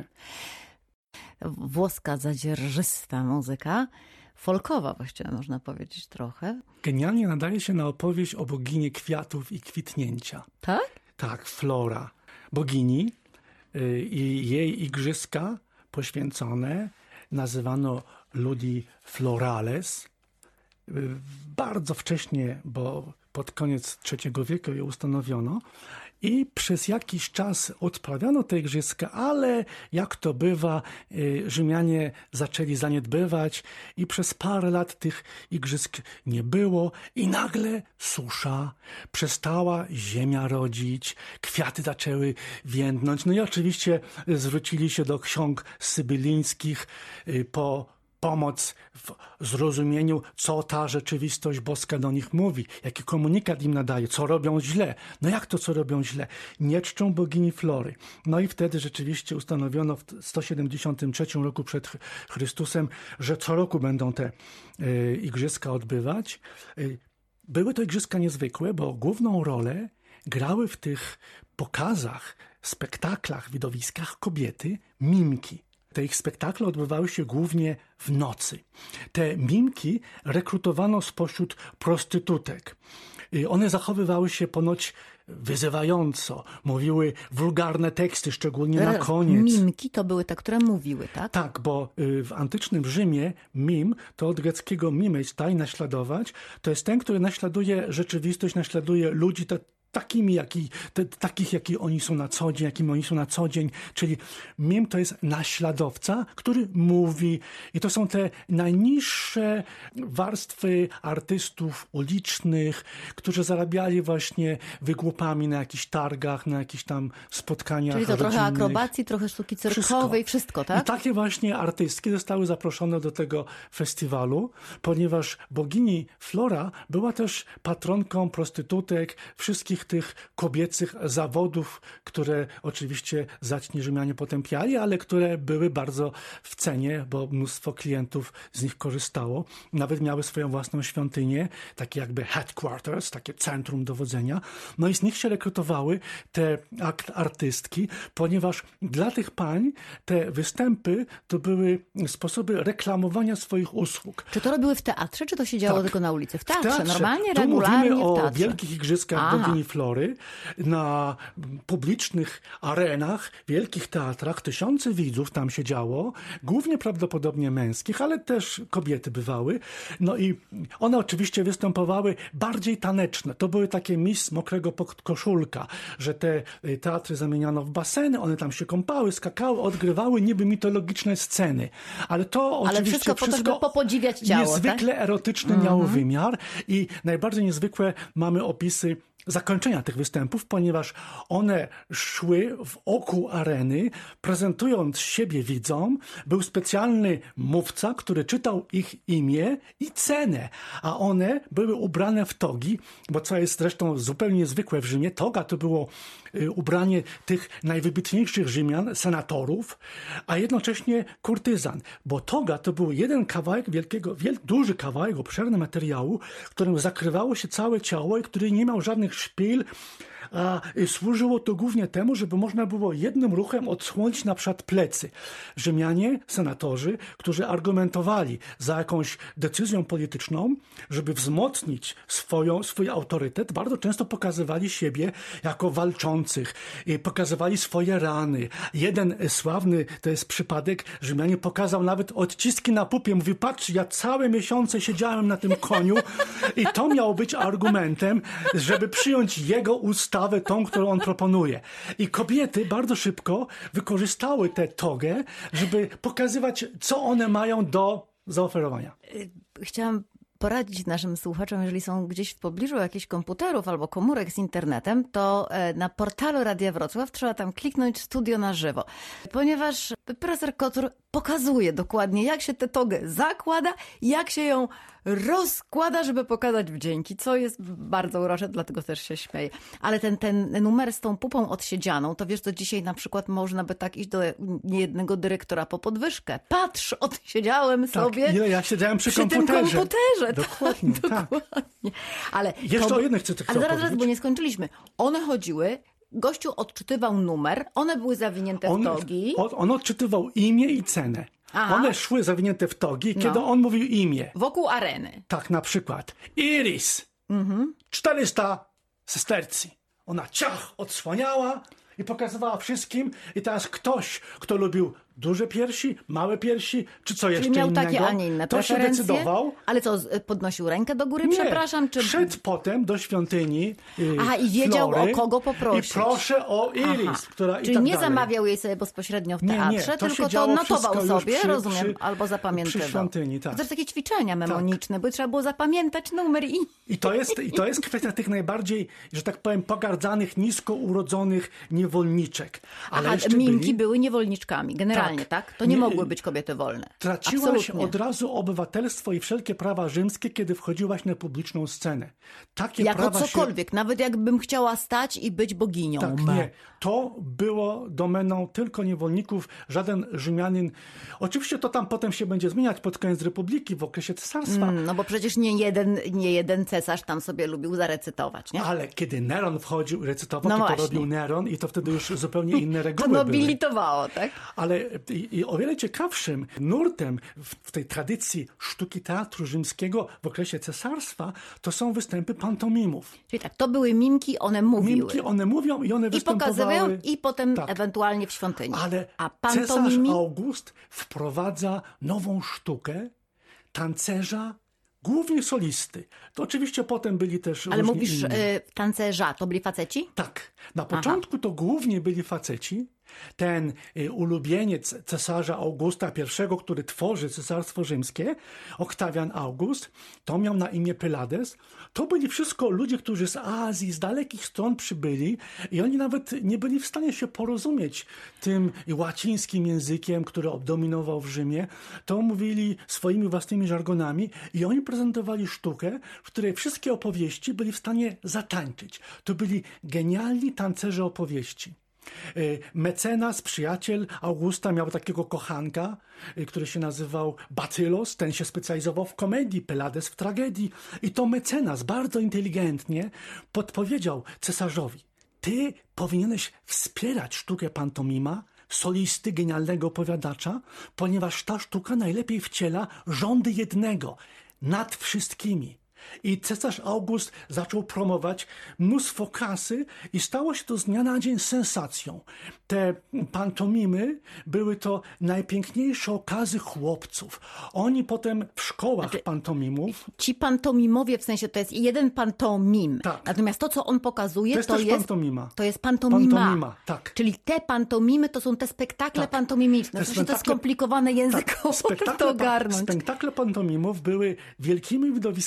Włoska zadzierżysta muzyka, folkowa właściwie można powiedzieć trochę. Genialnie nadaje się na opowieść o bogini kwiatów i kwitnięcia. Tak? Tak, Flora. Bogini i jej igrzyska poświęcone nazywano Ludi Florales. Bardzo wcześnie, bo pod koniec III wieku je ustanowiono i przez jakiś czas odprawiano te igrzyska, ale jak to bywa, Rzymianie zaczęli zaniedbywać i przez parę lat tych igrzysk nie było i nagle susza, przestała ziemia rodzić, kwiaty zaczęły więdnąć. No i oczywiście zwrócili się do ksiąg sybylińskich po pomoc w zrozumieniu, co ta rzeczywistość boska do nich mówi, jaki komunikat im nadaje, co robią źle. No jak to, co robią źle? Nie czczą bogini Flory. No i wtedy rzeczywiście ustanowiono w 173 roku przed Chrystusem, że co roku będą te igrzyska odbywać. Były to igrzyska niezwykłe, bo główną rolę grały w tych pokazach, spektaklach, widowiskach kobiety, mimki. Te ich spektakle odbywały się głównie w nocy. Te mimki rekrutowano spośród prostytutek. One zachowywały się ponoć wyzywająco, mówiły wulgarne teksty, szczególnie na koniec. Mimki to były te, które mówiły, tak? Tak, bo w antycznym Rzymie mim, to od greckiego mimestai, naśladować, to jest ten, który naśladuje rzeczywistość, naśladuje ludzi, takich, jaki oni są na co dzień, jakimi oni są na co dzień. Czyli mim to jest naśladowca, który mówi. I to są te najniższe warstwy artystów ulicznych, którzy zarabiali właśnie wygłupami na jakichś targach, na jakichś tam spotkaniach Czyli to rodzinnych. trochę akrobacji, trochę sztuki cyrkowej, wszystko, tak? I takie właśnie artystki zostały zaproszone do tego festiwalu, ponieważ bogini Flora była też patronką prostytutek, wszystkich tych kobiecych zawodów, które oczywiście zacni Rzymianie potępiali, ale które były bardzo w cenie, bo mnóstwo klientów z nich korzystało. Nawet miały swoją własną świątynię, takie jakby headquarters, takie centrum dowodzenia. No i z nich się rekrutowały te artystki, ponieważ dla tych pań te występy to były sposoby reklamowania swoich usług. Czy to robiły w teatrze, czy to się działo tylko na ulicy? W teatrze, normalnie, tu regularnie mówimy w teatrze. o wielkich igrzyskach bogini Flory, na publicznych arenach, wielkich teatrach, tysiące widzów tam się działo, głównie prawdopodobnie męskich, ale też kobiety bywały. No i one oczywiście występowały bardziej taneczne. To były takie Miss Mokrego Koszulka, że te teatry zamieniano w baseny, one tam się kąpały, skakały, odgrywały niby mitologiczne sceny. Ale to oczywiście wszystko po to, żeby popodziwiać ciało, niezwykle tak? erotyczny miało wymiar i najbardziej niezwykłe mamy opisy zakończenia tych występów, ponieważ one szły wokół areny, prezentując siebie widzom. Był specjalny mówca, który czytał ich imię i cenę, a one były ubrane w togi, bo co jest zresztą zupełnie niezwykłe w Rzymie, toga to było ubranie tych najwybitniejszych Rzymian, senatorów, a jednocześnie kurtyzan, bo toga to był jeden kawałek duży kawałek, obszerny materiału, którym zakrywało się całe ciało i który nie miał żadnych szpil, a służyło to głównie temu, żeby można było jednym ruchem odsłonić na przykład plecy. Rzymianie, senatorzy, którzy argumentowali za jakąś decyzją polityczną, żeby wzmocnić swój autorytet, bardzo często pokazywali siebie jako walczących, pokazywali swoje rany. Jeden sławny, to jest przypadek, Rzymianie pokazał nawet odciski na pupie. Mówi, patrz, ja całe miesiące siedziałem na tym koniu i to miało być argumentem, żeby przyjąć jego ustawę, tą, którą on proponuje. I kobiety bardzo szybko wykorzystały tę togę, żeby pokazywać, co one mają do zaoferowania. Chciałam poradzić naszym słuchaczom, jeżeli są gdzieś w pobliżu jakichś komputerów albo komórek z internetem, to na portalu Radia Wrocław trzeba tam kliknąć studio na żywo, ponieważ profesor Kotur pokazuje dokładnie, jak się tę togę zakłada, jak się ją rozkłada, żeby pokazać wdzięki, co jest bardzo urocze, dlatego też się śmieję. Ale ten numer z tą pupą odsiedzianą, to wiesz, to dzisiaj na przykład można by tak iść do niejednego dyrektora po podwyżkę. Patrz, odsiedziałem sobie ile ja siedziałem przy tym komputerze. Dokładnie, tak. Dokładnie. Ale jeszcze o jednym chcę ale zaraz, bo nie skończyliśmy. One chodziły, gościu odczytywał numer, one były zawinięte w togi. On odczytywał imię i cenę. Aha. One szły zawinięte w togi, kiedy on mówił imię. Wokół areny. Tak, na przykład. Iris. 400 sestercji. Ona odsłaniała i pokazywała wszystkim. I teraz ktoś, kto lubił duże piersi, małe piersi, czy co jeszcze miał innego, takie, a nie inne to się decydował. Ale co, podnosił rękę do góry, Nie, przepraszam? Czy... szedł potem do świątyni i wiedział, Flory, o kogo poprosić. I proszę o Iris, która Czyli i tak nie dalej. zamawiał jej sobie bezpośrednio w teatrze, nie. tylko to notował sobie, rozumiem, przy albo zapamiętywał. Przy świątyni, tak. To jest takie ćwiczenia memoniczne, bo trzeba było zapamiętać numer I to jest kwestia tych najbardziej, że tak powiem, pogardzanych, nisko urodzonych niewolniczek. Ale mimki były niewolniczkami, generalnie, tak? To nie mogły być kobiety wolne. Traciłaś od razu obywatelstwo i wszelkie prawa rzymskie, kiedy wchodziłaś na publiczną scenę. Takie jako prawa cokolwiek, nawet jakbym chciała stać i być boginią. Tak, nie. To było domeną tylko niewolników. Żaden Rzymianin... Oczywiście to tam potem się będzie zmieniać pod koniec Republiki, w okresie cesarstwa. No bo przecież nie jeden cesarz tam sobie lubił zarecytować, nie? Ale kiedy Neron wchodził i recytował, to robił Neron i to wtedy już zupełnie inne reguły to nobilitowało, tak? Ale i o wiele ciekawszym nurtem w tej tradycji sztuki teatru rzymskiego w okresie cesarstwa to są występy pantomimów. Czyli tak, to były mimki, one mówiły. Mimki, one mówią i one występowały. I pokazywają i potem ewentualnie w świątyni. Ale cesarz August wprowadza nową sztukę tancerza, głównie solisty. To oczywiście potem byli też Ale różni mówisz inni. Tancerza, to byli faceci? Tak. Na początku to głównie byli faceci. Ten ulubieniec cesarza Augusta I, który tworzy Cesarstwo Rzymskie, Oktawian August, to miał na imię Pylades. To byli wszystko ludzie, którzy z Azji, z dalekich stron przybyli i oni nawet nie byli w stanie się porozumieć tym łacińskim językiem, który dominował w Rzymie. To mówili swoimi własnymi żargonami i oni prezentowali sztukę, w której wszystkie opowieści byli w stanie zatańczyć. To byli genialni tancerze opowieści. Mecenas, przyjaciel Augusta, miał takiego kochanka, który się nazywał Batylos. Ten się specjalizował w komedii, Pylades w tragedii. I to mecenas bardzo inteligentnie podpowiedział cesarzowi: ty powinieneś wspierać sztukę pantomima, solisty, genialnego opowiadacza, ponieważ ta sztuka najlepiej wciela rządy jednego nad wszystkimi. I cesarz August zaczął promować mnóstwo kasy i stało się to z dnia na dzień sensacją. Te pantomimy były to najpiękniejsze okazy chłopców. Oni potem w szkołach pantomimów... Ci pantomimowie, w sensie to jest jeden pantomim. Tak. Natomiast to, co on pokazuje, to jest też pantomima. To jest pantomima. Pantomima, tak. Czyli te pantomimy to są te spektakle pantomimiczne. To jest skomplikowane językowo, tak. to ogarnąć. Spektakle pantomimów były wielkimi widowiskami,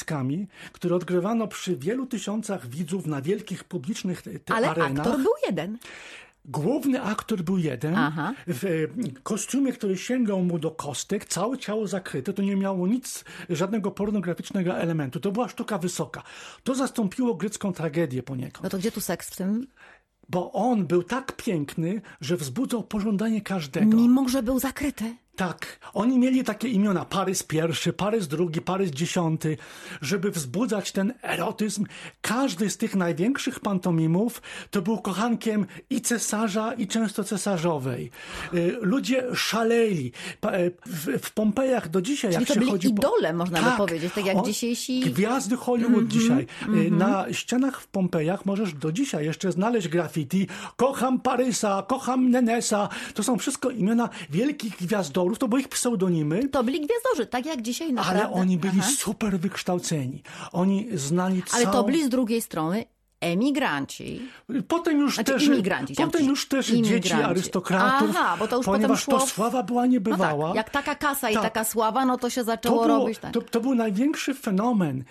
które odgrywano przy wielu tysiącach widzów na wielkich publicznych Ale arenach. aktor był jeden. Główny aktor był jeden, w kostiumie, który sięgał mu do kostek, całe ciało zakryte, to nie miało nic, żadnego pornograficznego elementu. To była sztuka wysoka. To zastąpiło grecką tragedię poniekąd. No to gdzie tu seks w tym? Bo on był tak piękny, że wzbudzał pożądanie każdego. Mimo, że był zakryty. Tak, oni mieli takie imiona, Parys I, Parys II, Parys X, żeby wzbudzać ten erotyzm. Każdy z tych największych pantomimów to był kochankiem i cesarza, i często cesarzowej. Ludzie szaleli. W Pompejach do dzisiaj, Czyli jak to się byli chodzi idole, można by powiedzieć, tak jak dzisiejsi... Gwiazdy Hollywood dzisiaj. Na ścianach w Pompejach możesz do dzisiaj jeszcze znaleźć graffiti. Kocham Parysa, kocham Nenesa. To są wszystko imiona wielkich gwiazdorów. To były ich pseudonimy. To byli gwiazdorzy, tak jak dzisiaj naprawdę. Ale oni byli super wykształceni. Oni znali Ale to byli z drugiej strony emigranci. Potem już też dzieci arystokratów, bo to już ponieważ potem to sława była niebywała. No tak, jak taka kasa i taka sława, no to się zaczęło robić. Tak. To był największy fenomen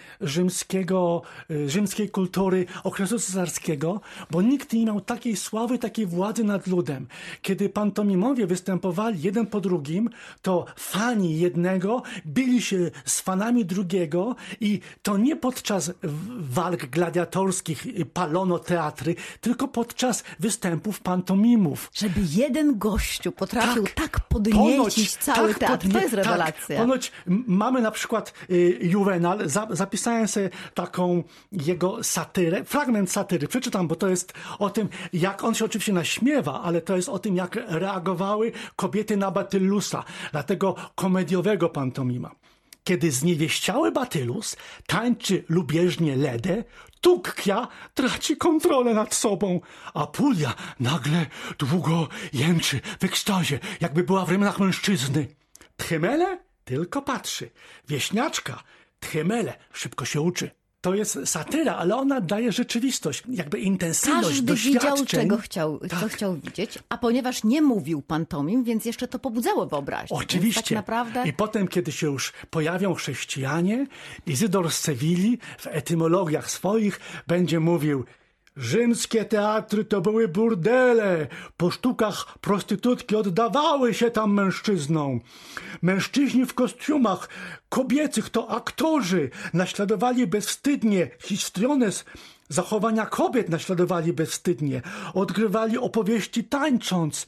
rzymskiej kultury okresu cesarskiego, bo nikt nie miał takiej sławy, takiej władzy nad ludem. Kiedy pantomimowie występowali jeden po drugim, to fani jednego bili się z fanami drugiego i to nie podczas walk gladiatorskich palono teatry, tylko podczas występów pantomimów. Żeby jeden gościu potrafił tak podniecić cały teatr. To jest rewelacja. Ponoć mamy na przykład Juvenal, zapisałem sobie taką jego satyrę, fragment satyry, przeczytam, bo to jest o tym, jak on się oczywiście naśmiewa, ale to jest o tym, jak reagowały kobiety na Batyllusa, dlatego komediowego pantomima. Kiedy zniewieściały Batylus tańczy lubieżnie Ledę, Tukkia traci kontrolę nad sobą, a Pulia nagle długo jęczy w ekstazie, jakby była w ramionach mężczyzny. Tchemele tylko patrzy. Wieśniaczka Tchemele szybko się uczy. To jest satyra, ale ona daje rzeczywistość, jakby intensywność doświadczeń. Każdy widział, co chciał widzieć, a ponieważ nie mówił pantomim, więc jeszcze to pobudzało wyobraźnię. Oczywiście. Tak naprawdę... I potem, kiedy się już pojawią chrześcijanie, Izydor z Sewilli w etymologiach swoich będzie mówił: rzymskie teatry to były burdele. Po sztukach prostytutki oddawały się tam mężczyznom. Mężczyźni w kostiumach kobiecych to aktorzy. Naśladowali bezwstydnie histriones. Zachowania kobiet naśladowali bezwstydnie. Odgrywali opowieści tańcząc.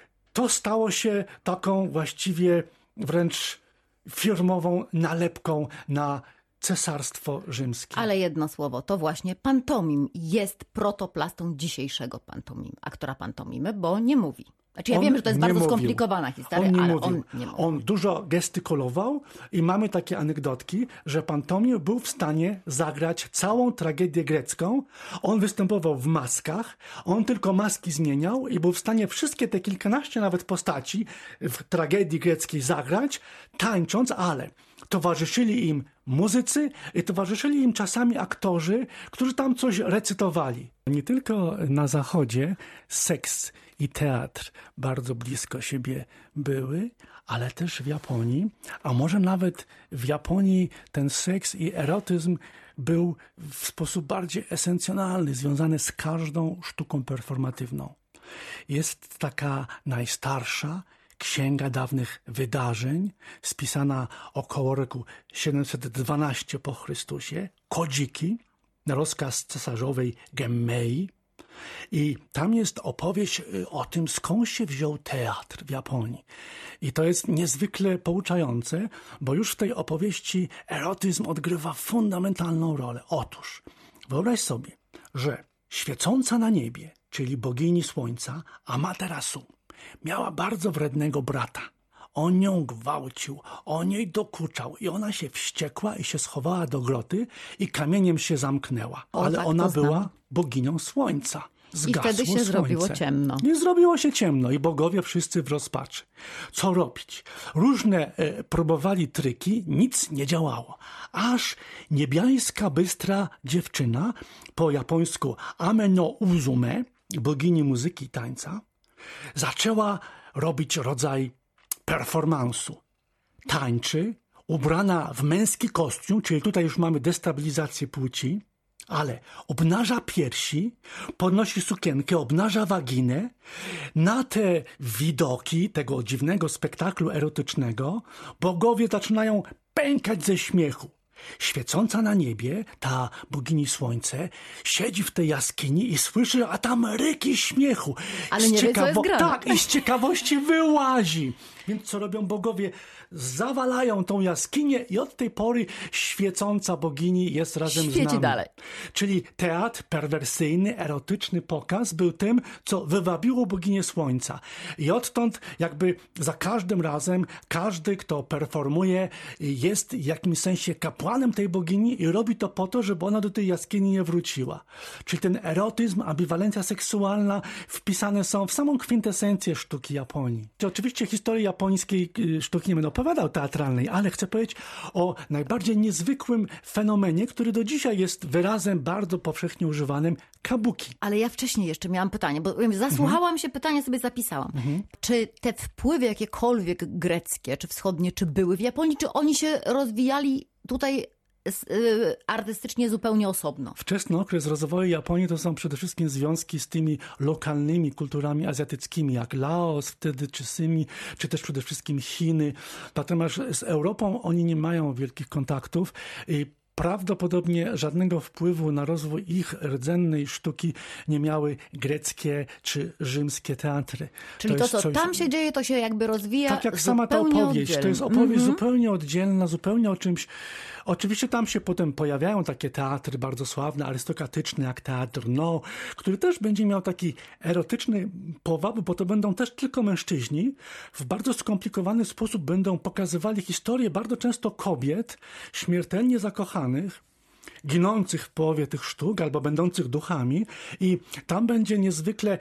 To stało się taką właściwie wręcz firmową nalepką na Cesarstwo Rzymskie. Ale jedno słowo, to właśnie pantomim jest protoplastą dzisiejszego aktora pantomimy, bo nie mówi. Znaczy ja wiem, że to jest bardzo skomplikowana historia, ale on nie mówił. On dużo gestykulował i mamy takie anegdotki, że pantomim był w stanie zagrać całą tragedię grecką. On występował w maskach, on tylko maski zmieniał i był w stanie wszystkie te kilkanaście nawet postaci w tragedii greckiej zagrać, tańcząc, ale towarzyszyli im muzycy i towarzyszyli im czasami aktorzy, którzy tam coś recytowali. Nie tylko na Zachodzie seks i teatr bardzo blisko siebie były, ale też w Japonii, a może nawet w Japonii ten seks i erotyzm był w sposób bardziej esencjonalny, związany z każdą sztuką performatywną. Jest taka najstarsza Księga dawnych wydarzeń, spisana około roku 712 po Chrystusie, Kodziki, na rozkaz cesarzowej Gemmei. I tam jest opowieść o tym, skąd się wziął teatr w Japonii. I to jest niezwykle pouczające, bo już w tej opowieści erotyzm odgrywa fundamentalną rolę. Otóż wyobraź sobie, że świecąca na niebie, czyli bogini słońca, Amaterasu, miała bardzo wrednego brata. On ją gwałcił, on jej dokuczał i ona się wściekła i się schowała do groty i kamieniem się zamknęła. Ale ona była boginią słońca. Zgasło I wtedy się słońce. zrobiło ciemno. I zrobiło się ciemno i bogowie wszyscy w rozpaczy. Co robić? Różne próbowali tryki, nic nie działało. Aż niebiańska bystra dziewczyna, po japońsku Ame no Uzume, bogini muzyki i tańca, zaczęła robić rodzaj performansu. Tańczy, ubrana w męski kostium, czyli tutaj już mamy destabilizację płci, ale obnaża piersi, podnosi sukienkę, obnaża waginę. Na te widoki tego dziwnego spektaklu erotycznego bogowie zaczynają pękać ze śmiechu. Świecąca na niebie, ta bogini słońce, siedzi w tej jaskini i słyszy, a tam ryki śmiechu. Ale nie wie, co jest grane. Tak, i z ciekawości wyłazi. Więc co robią bogowie? Zawalają tą jaskinię i od tej pory świecąca bogini jest razem z nami. Dalej. Czyli teatr perwersyjny, erotyczny pokaz był tym, co wywabiło boginię słońca. I odtąd jakby za każdym razem każdy, kto performuje, jest w jakimś sensie kapłanem tej bogini i robi to po to, żeby ona do tej jaskini nie wróciła. Czyli ten erotyzm, ambiwalencja seksualna wpisane są w samą kwintesencję sztuki Japonii. Oczywiście historii japońskiej sztuki nie będę opowiadał teatralnej, ale chcę powiedzieć o najbardziej niezwykłym fenomenie, który do dzisiaj jest wyrazem bardzo powszechnie używanym, kabuki. Ale ja wcześniej jeszcze miałam pytanie, bo zasłuchałam się, pytanie sobie zapisałam. Czy te wpływy jakiekolwiek greckie, czy wschodnie, czy były w Japonii, czy oni się rozwijali tutaj artystycznie zupełnie osobno? Wczesny okres rozwoju Japonii to są przede wszystkim związki z tymi lokalnymi kulturami azjatyckimi, jak Laos wtedy, czy Symi, czy też przede wszystkim Chiny. Natomiast z Europą oni nie mają wielkich kontaktów. Prawdopodobnie żadnego wpływu na rozwój ich rdzennej sztuki nie miały greckie czy rzymskie teatry. Czyli to, co tam się dzieje, to się jakby rozwija tak jak sama ta opowieść. Oddzielnie. To jest opowieść zupełnie oddzielna, zupełnie o czymś. Oczywiście tam się potem pojawiają takie teatry bardzo sławne, arystokratyczne, jak teatr No, który też będzie miał taki erotyczny powab, bo to będą też tylko mężczyźni. W bardzo skomplikowany sposób będą pokazywali historię bardzo często kobiet śmiertelnie zakochanych, ginących w połowie tych sztuk albo będących duchami i tam będzie niezwykle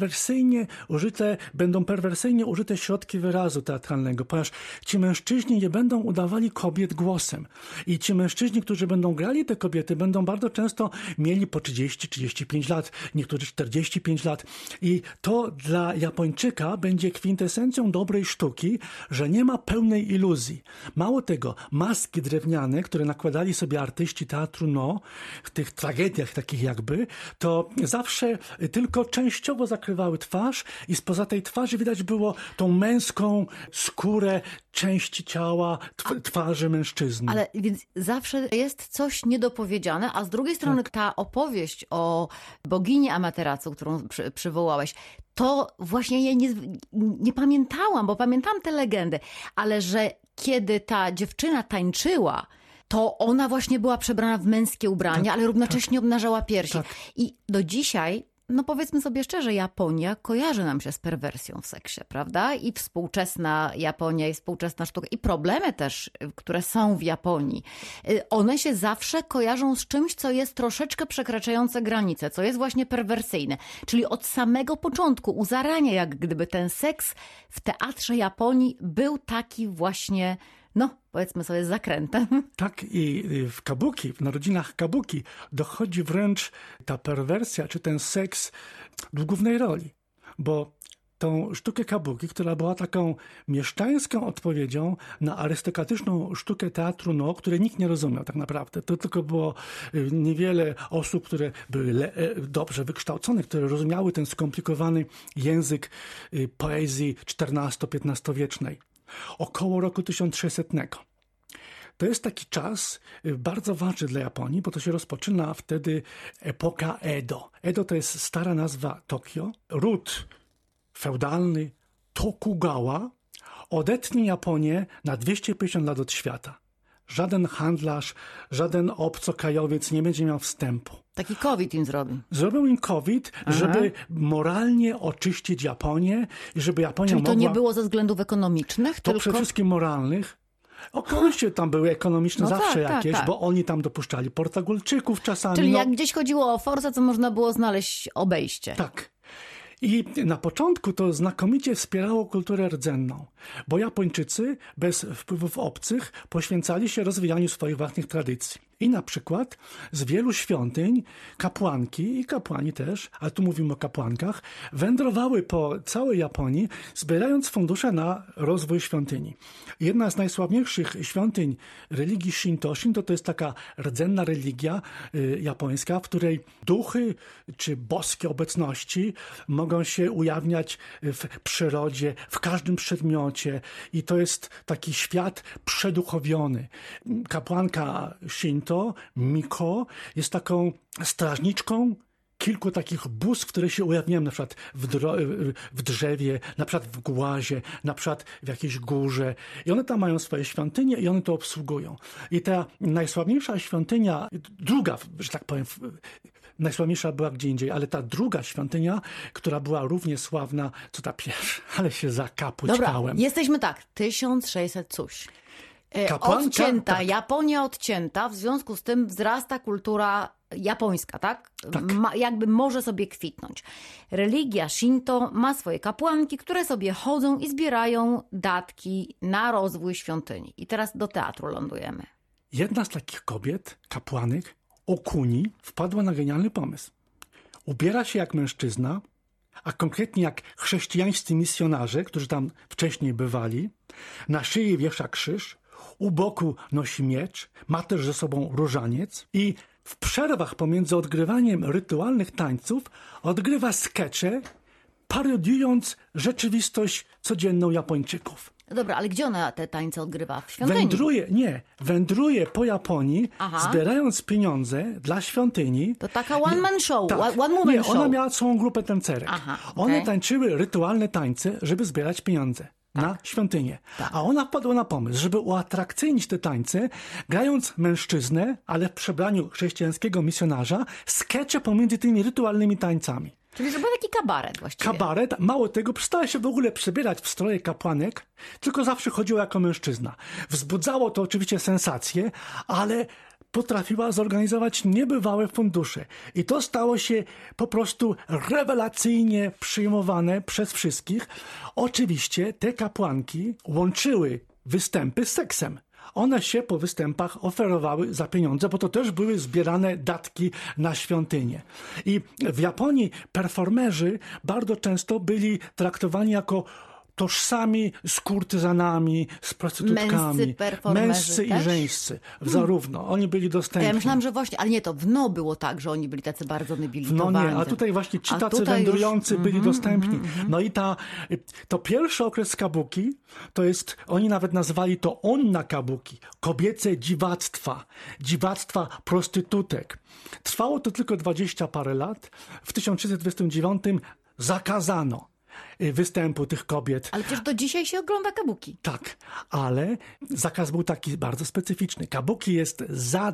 będą perwersyjnie użyte środki wyrazu teatralnego, ponieważ ci mężczyźni nie będą udawali kobiet głosem i ci mężczyźni, którzy będą grali te kobiety, będą bardzo często mieli po 30-35 lat, niektórzy 45 lat i to dla Japończyka będzie kwintesencją dobrej sztuki, że nie ma pełnej iluzji. Mało tego, maski drewniane, które nakładali sobie artyści teatru No, w tych tragediach takich jakby, to zawsze tylko częściowo zakrywały twarz i spoza tej twarzy widać było tą męską skórę części ciała, twarzy mężczyzny. Ale więc zawsze jest coś niedopowiedziane, a z drugiej strony ta opowieść o bogini Amaterasu, którą przywołałeś, to właśnie jej nie pamiętałam, bo pamiętam tę legendę, ale że kiedy ta dziewczyna tańczyła, to ona właśnie była przebrana w męskie ubranie, ale równocześnie obnażała piersi. Tak. I do dzisiaj, no powiedzmy sobie szczerze, Japonia kojarzy nam się z perwersją w seksie, prawda? I współczesna Japonia, i współczesna sztuka, i problemy też, które są w Japonii, one się zawsze kojarzą z czymś, co jest troszeczkę przekraczające granice, co jest właśnie perwersyjne. Czyli od samego początku, u zarania, jak gdyby ten seks w teatrze Japonii był taki właśnie, no powiedzmy sobie, z zakrętem. Tak i w kabuki, w narodzinach kabuki dochodzi wręcz ta perwersja, czy ten seks do głównej roli, bo tą sztukę kabuki, która była taką mieszczańską odpowiedzią na arystokratyczną sztukę teatru No, której nikt nie rozumiał tak naprawdę. To tylko było niewiele osób, które były dobrze wykształcone, które rozumiały ten skomplikowany język poezji XIV-XV wiecznej. Około roku 1600. To jest taki czas bardzo ważny dla Japonii, bo to się rozpoczyna wtedy epoka Edo. Edo to jest stara nazwa Tokio. Ród feudalny Tokugawa odetnie Japonię na 250 lat od świata. Żaden handlarz, żaden obcokrajowiec nie będzie miał wstępu. Taki COVID im zrobił. Zrobił im COVID, żeby moralnie oczyścić Japonię i żeby Japonia Czyli mogła... to nie było ze względów ekonomicznych, To tylko... przede wszystkim moralnych. Oczywiście tam były ekonomiczne zawsze jakieś, bo oni tam dopuszczali Portugalczyków czasami. Czyli jak gdzieś chodziło o forsę, to można było znaleźć obejście. Tak. I na początku to znakomicie wspierało kulturę rdzenną, bo Japończycy bez wpływów obcych poświęcali się rozwijaniu swoich własnych tradycji. I na przykład z wielu świątyń kapłanki i kapłani też, ale tu mówimy o kapłankach, wędrowały po całej Japonii, zbierając fundusze na rozwój świątyni. Jedna z najsławniejszych świątyń religii Shinto. Shinto to jest taka rdzenna religia japońska, w której duchy czy boskie obecności mogą się ujawniać w przyrodzie, w każdym przedmiocie i to jest taki świat przeduchowiony. Kapłanka Shinto, Miko, jest taką strażniczką kilku takich bóstw, które się ujawniają na przykład w drzewie, na przykład w głazie, na przykład w jakiejś górze. I one tam mają swoje świątynie i one to obsługują. I ta najsławniejsza świątynia, druga, że tak powiem, najsławniejsza była gdzie indziej, ale ta druga świątynia, która była równie sławna, co ta pierwsza, ale się zakapućkałem. Dobra, jesteśmy tak, 1600 coś. Kapłanka, odcięta, tak. Japonia odcięta, w związku z tym wzrasta kultura japońska, tak? Tak. Jakby może sobie kwitnąć. Religia Shinto ma swoje kapłanki, które sobie chodzą i zbierają datki na rozwój świątyni. I teraz do teatru lądujemy. Jedna z takich kobiet, kapłanek, Okuni, wpadła na genialny pomysł. Ubiera się jak mężczyzna, a konkretnie jak chrześcijańscy misjonarze, którzy tam wcześniej bywali. Na szyi wiesza krzyż, u boku nosi miecz, ma też ze sobą różaniec i w przerwach pomiędzy odgrywaniem rytualnych tańców odgrywa skecze, parodiując rzeczywistość codzienną Japończyków. Dobra, ale gdzie ona te tańce odgrywa? W świątyni? Wędruje po Japonii, zbierając pieniądze dla świątyni. To taka one-man show, Tak. one-woman show. Ona miała całą grupę tancerek. One tańczyły rytualne tańce, żeby zbierać pieniądze na świątynię. Tak. A ona wpadła na pomysł, żeby uatrakcyjnić te tańce, grając mężczyznę, ale w przebraniu chrześcijańskiego misjonarza, skecze pomiędzy tymi rytualnymi tańcami. Czyli zrobiła taki kabaret właściwie. Kabaret, mało tego, przestała się w ogóle przebierać w stroje kapłanek, tylko zawsze chodziła jako mężczyzna. Wzbudzało to oczywiście sensację, ale potrafiła zorganizować niebywałe fundusze. I to stało się po prostu rewelacyjnie przyjmowane przez wszystkich. Oczywiście te kapłanki łączyły występy z seksem. One się po występach oferowały za pieniądze, bo to też były zbierane datki na świątynię. I w Japonii performerzy bardzo często byli traktowani jako tożsami z kurtyzanami, z prostytutkami. Męscy i żeńscy. Zarówno. Oni byli dostępni. Ja myślałam, że właśnie, ale nie, to w No było tak, że oni byli tacy bardzo nobilitowani. No nie, a tutaj właśnie ci tacy wędrujący byli dostępni. No i to pierwszy okres kabuki, to jest, oni nawet nazwali to onna kabuki, kobiece dziwactwa prostytutek. Trwało to tylko 20 parę lat. W 1629 zakazano występu tych kobiet. Ale przecież do dzisiaj się ogląda kabuki. Tak, ale zakaz był taki bardzo specyficzny. Kabuki jest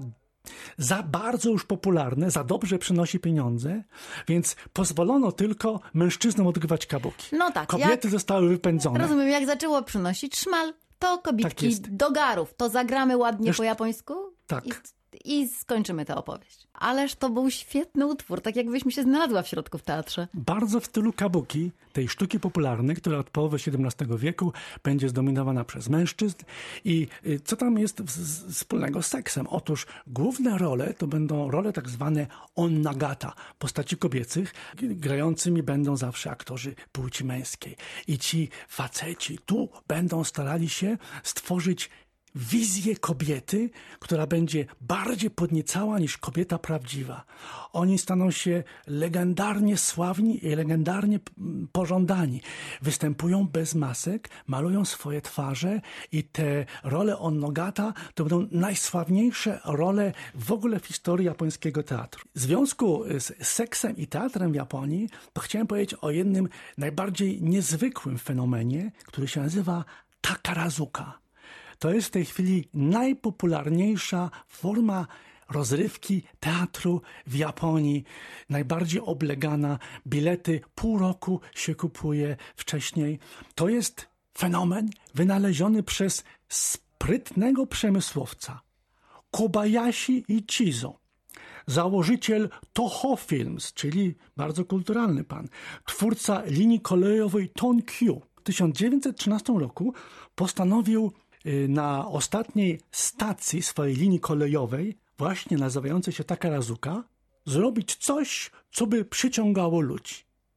za bardzo już popularne, za dobrze przynosi pieniądze, więc pozwolono tylko mężczyznom odgrywać kabuki. No tak. Kobiety zostały wypędzone. Rozumiem, jak zaczęło przynosić szmal, to kobietki do garów. To zagramy ładnie po japońsku? Tak. I skończymy tę opowieść. Ależ to był świetny utwór, tak jakbyś mi się znalazła w środku w teatrze. Bardzo w stylu kabuki, tej sztuki popularnej, która od połowy XVII wieku będzie zdominowana przez mężczyzn. I co tam jest wspólnego z seksem? Otóż główne role to będą role tak zwane onnagata, postaci kobiecych. Grającymi będą zawsze aktorzy płci męskiej. I ci faceci tu będą starali się stworzyć wizję kobiety, która będzie bardziej podniecała niż kobieta prawdziwa. Oni staną się legendarnie sławni i legendarnie pożądani. Występują bez masek, malują swoje twarze i te role onnogata to będą najsławniejsze role w ogóle w historii japońskiego teatru. W związku z seksem i teatrem w Japonii to chciałem powiedzieć o jednym najbardziej niezwykłym fenomenie, który się nazywa takarazuka. To jest w tej chwili najpopularniejsza forma rozrywki, teatru w Japonii. Najbardziej oblegana. Bilety pół roku się kupuje wcześniej. To jest fenomen wynaleziony przez sprytnego przemysłowca Kobayashi Ichizo. Założyciel Toho Films, czyli bardzo kulturalny pan. Twórca linii kolejowej Tonkyu. W 1913 roku postanowił na ostatniej stacji swojej linii kolejowej właśnie nazywające się Takarazuka, zrobić coś, co by przyciągało ludzi.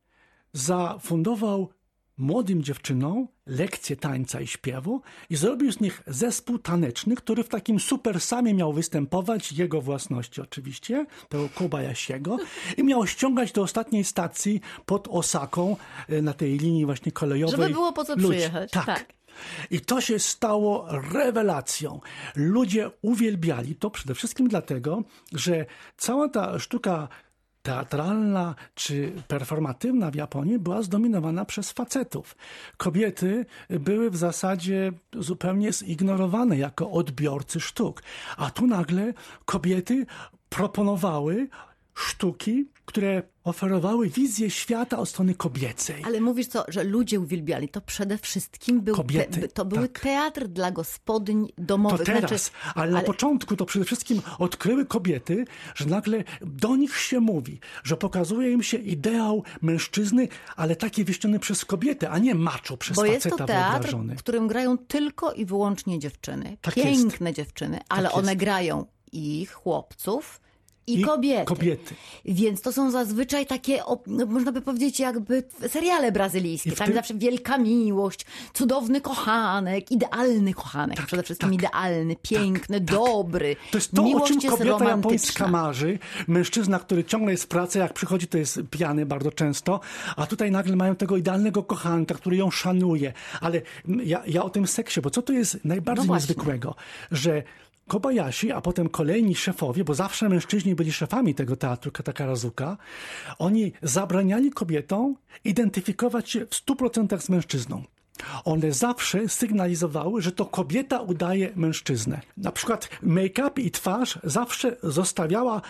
Zafundował młodym dziewczynom lekcje tańca i śpiewu i zrobił z nich zespół taneczny, który w takim Super Samie miał występować, jego własności oczywiście, tego Kobayashiego, i miał ściągać do ostatniej stacji pod Osaką, na tej linii właśnie kolejowej. Żeby było po co ludzi. przyjechać. Tak. I to się stało rewelacją. Ludzie uwielbiali to przede wszystkim dlatego, że cała ta sztuka teatralna czy performatywna w Japonii była zdominowana przez facetów. Kobiety były w zasadzie zupełnie zignorowane jako odbiorcy sztuk. A tu nagle kobiety proponowały sztuki, które oferowały wizję świata od strony kobiecej. Ale mówisz co, że ludzie uwielbiali. To przede wszystkim był kobiety, to były teatr dla gospodyń domowych. To teraz, ale na początku to przede wszystkim odkryły kobiety, że nagle do nich się mówi, że pokazuje im się ideał mężczyzny, ale taki wieszczony przez kobietę, a nie macho przez bo faceta jest to teatr, wyobrażony. w którym grają tylko i wyłącznie dziewczyny. Tak Piękne jest. dziewczyny, ale Tak one jest. grają i chłopców, i kobiety. Więc to są zazwyczaj takie, można by powiedzieć, jakby seriale brazylijskie. Tak, zawsze wielka miłość, cudowny kochanek, idealny kochanek. Przede wszystkim idealny, piękny, dobry. To jest to, miłość o czym jest kobieta japońska romantyczna. marzy. Mężczyzna, który ciągle jest w pracy, jak przychodzi, to jest pijany bardzo często. A tutaj nagle mają tego idealnego kochanka, który ją szanuje. Ale ja o tym seksie, bo co tu jest najbardziej niezwykłego? Że Kobayashi, a potem kolejni szefowie, bo zawsze mężczyźni byli szefami tego teatru Takarazuka, oni zabraniali kobietom identyfikować się w 100% z mężczyzną. One zawsze sygnalizowały, że to kobieta udaje mężczyznę. Na przykład make-up i twarz zawsze zostawiała,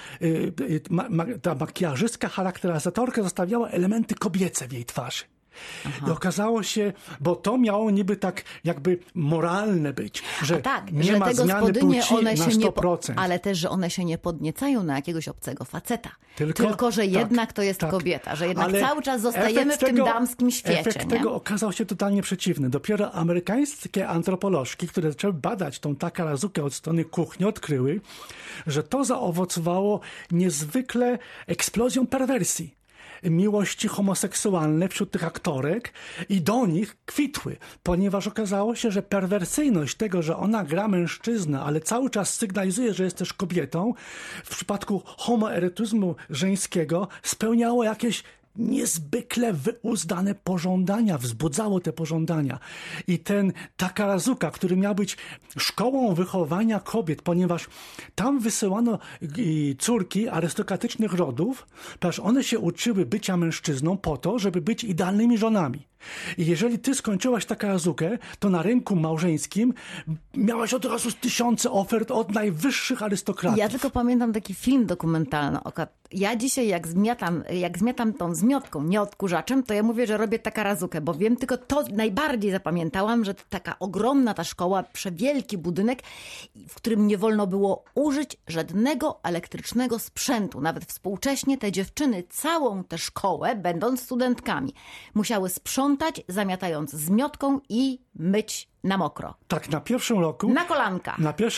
ta makijażystka, charakteryzatorka zostawiała elementy kobiece w jej twarzy. Aha. I okazało się, bo to miało niby tak jakby moralne być, że nie że ma zmiany płci one na się 100%. ale też, że one się nie podniecają na jakiegoś obcego faceta. Tylko że jednak to jest kobieta, że jednak cały czas zostajemy w tym damskim świecie. Efekt tego okazał się totalnie przeciwny. Dopiero amerykańskie antropolożki, które zaczęły badać tą Takarazukę od strony kuchni, odkryły, że to zaowocowało niezwykle eksplozją perwersji. Miłości homoseksualne wśród tych aktorek i do nich kwitły, ponieważ okazało się, że perwersyjność tego, że ona gra mężczyznę, ale cały czas sygnalizuje, że jest też kobietą, w przypadku homoerotyzmu żeńskiego spełniało jakieś niezwykle wyuzdane pożądania, wzbudzało te pożądania. I ten Takarazuka, który miał być szkołą wychowania kobiet, ponieważ tam wysyłano córki arystokratycznych rodów, ponieważ one się uczyły bycia mężczyzną po to, żeby być idealnymi żonami. I jeżeli ty skończyłaś Takarazukę, to na rynku małżeńskim miałaś od razu tysiące ofert od najwyższych arystokratów. Ja tylko pamiętam taki film dokumentalny. Ja dzisiaj jak zmiatam tą zmiotką, nie odkurzaczem, to ja mówię, że robię Takarazukę, bo wiem, tylko to najbardziej zapamiętałam, że taka ogromna ta szkoła, przewielki budynek, w którym nie wolno było użyć żadnego elektrycznego sprzętu. Nawet współcześnie te dziewczyny całą tę szkołę, będąc studentkami, musiały sprzątać, zamiatając zmiotką i myć na mokro. Tak, na pierwszym roku. Na kolanka.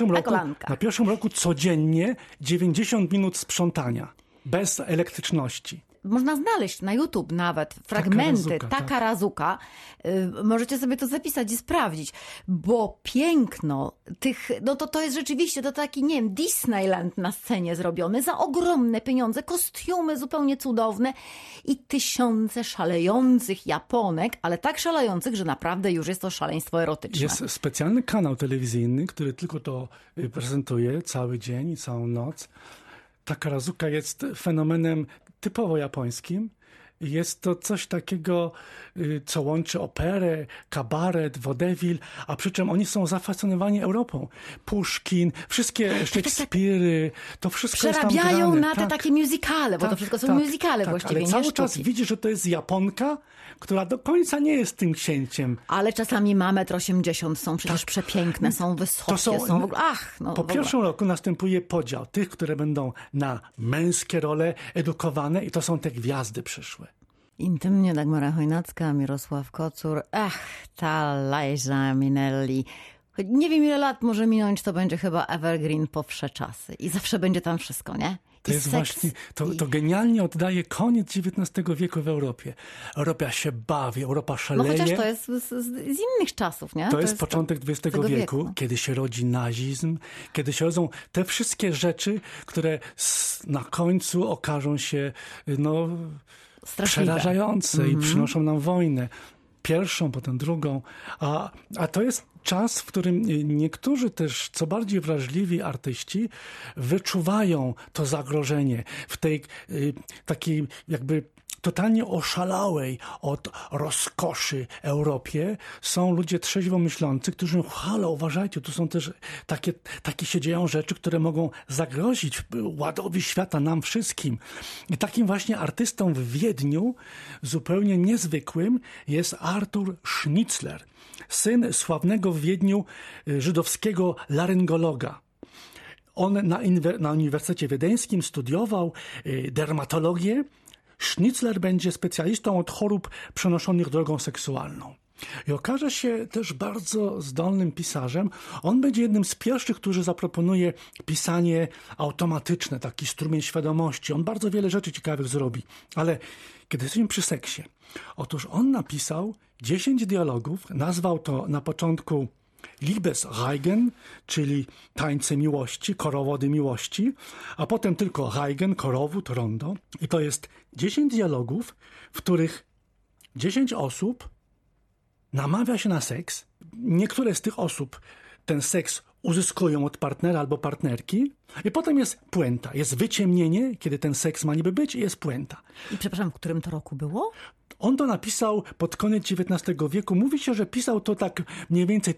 Na pierwszym roku codziennie 90 minut sprzątania. Bez elektryczności. Można znaleźć na YouTube nawet fragmenty Takarazuka. Możecie sobie to zapisać i sprawdzić, bo piękno tych, to jest rzeczywiście to taki, nie wiem, Disneyland na scenie zrobiony za ogromne pieniądze, kostiumy zupełnie cudowne i tysiące szalejących Japonek, ale tak szalejących, że naprawdę już jest to szaleństwo erotyczne. Jest specjalny kanał telewizyjny, który tylko to prezentuje cały dzień i całą noc. Takarazuka jest fenomenem typowo japońskim. Jest to coś takiego, co łączy operę, kabaret, vaudeville, a przy czym oni są zafascynowani Europą. Puszkin, wszystkie Szekspiry, to wszystko jest tam grane. Przerabiają na te takie musicale, bo to wszystko są musicale właściwie, ale nie cały sztuki. czas widzi, że to jest Japonka, która do końca nie jest tym księciem. Ale czasami ma 1,80 m, są przecież przepiękne, są wysokie, są w ogóle, po pierwszym roku następuje podział tych, które będą na męskie role edukowane i to są te gwiazdy przyszłe. Intymnie Dagmara Chojnacka, Mirosław Kocur, ta Liza Minnelli. Nie wiem, ile lat może minąć, to będzie chyba evergreen po wsze czasy. I zawsze będzie tam wszystko, nie? To jest właśnie, to genialnie oddaje koniec XIX wieku w Europie. Europa się bawi, Europa szaleje. No chociaż to jest z innych czasów, nie? To jest początek XX wieku, kiedy się rodzi nazizm, kiedy się rodzą te wszystkie rzeczy, które na końcu okażą się przerażające i przynoszą nam wojnę. Pierwszą, potem drugą. A to jest czas, w którym niektórzy też, co bardziej wrażliwi artyści, wyczuwają to zagrożenie w tej takiej jakby totalnie oszalałej od rozkoszy Europie. Są ludzie trzeźwo myślący, którzy mówią, halo, uważajcie, tu są też takie się dzieją rzeczy, które mogą zagrozić ładowi świata, nam wszystkim. I takim właśnie artystą w Wiedniu, zupełnie niezwykłym, jest Artur Schnitzler, syn sławnego w Wiedniu żydowskiego laryngologa. On na Uniwersytecie Wiedeńskim studiował dermatologię. Schnitzler będzie specjalistą od chorób przenoszonych drogą seksualną. I okaże się też bardzo zdolnym pisarzem. On będzie jednym z pierwszych, którzy zaproponuje pisanie automatyczne, taki strumień świadomości. On bardzo wiele rzeczy ciekawych zrobi. Ale kiedy jesteśmy przy seksie, otóż on napisał 10 dialogów, nazwał to na początku Liebesreigen, czyli tańce miłości, korowody miłości, a potem tylko Reigen, korowód, rondo. I to jest 10 dialogów, w których 10 osób namawia się na seks. Niektóre z tych osób ten seks uzyskują od partnera albo partnerki i potem jest puenta, jest wyciemnienie, kiedy ten seks ma niby być i jest puenta. I przepraszam, w którym to roku było? On to napisał pod koniec XIX wieku. Mówi się, że pisał to tak mniej więcej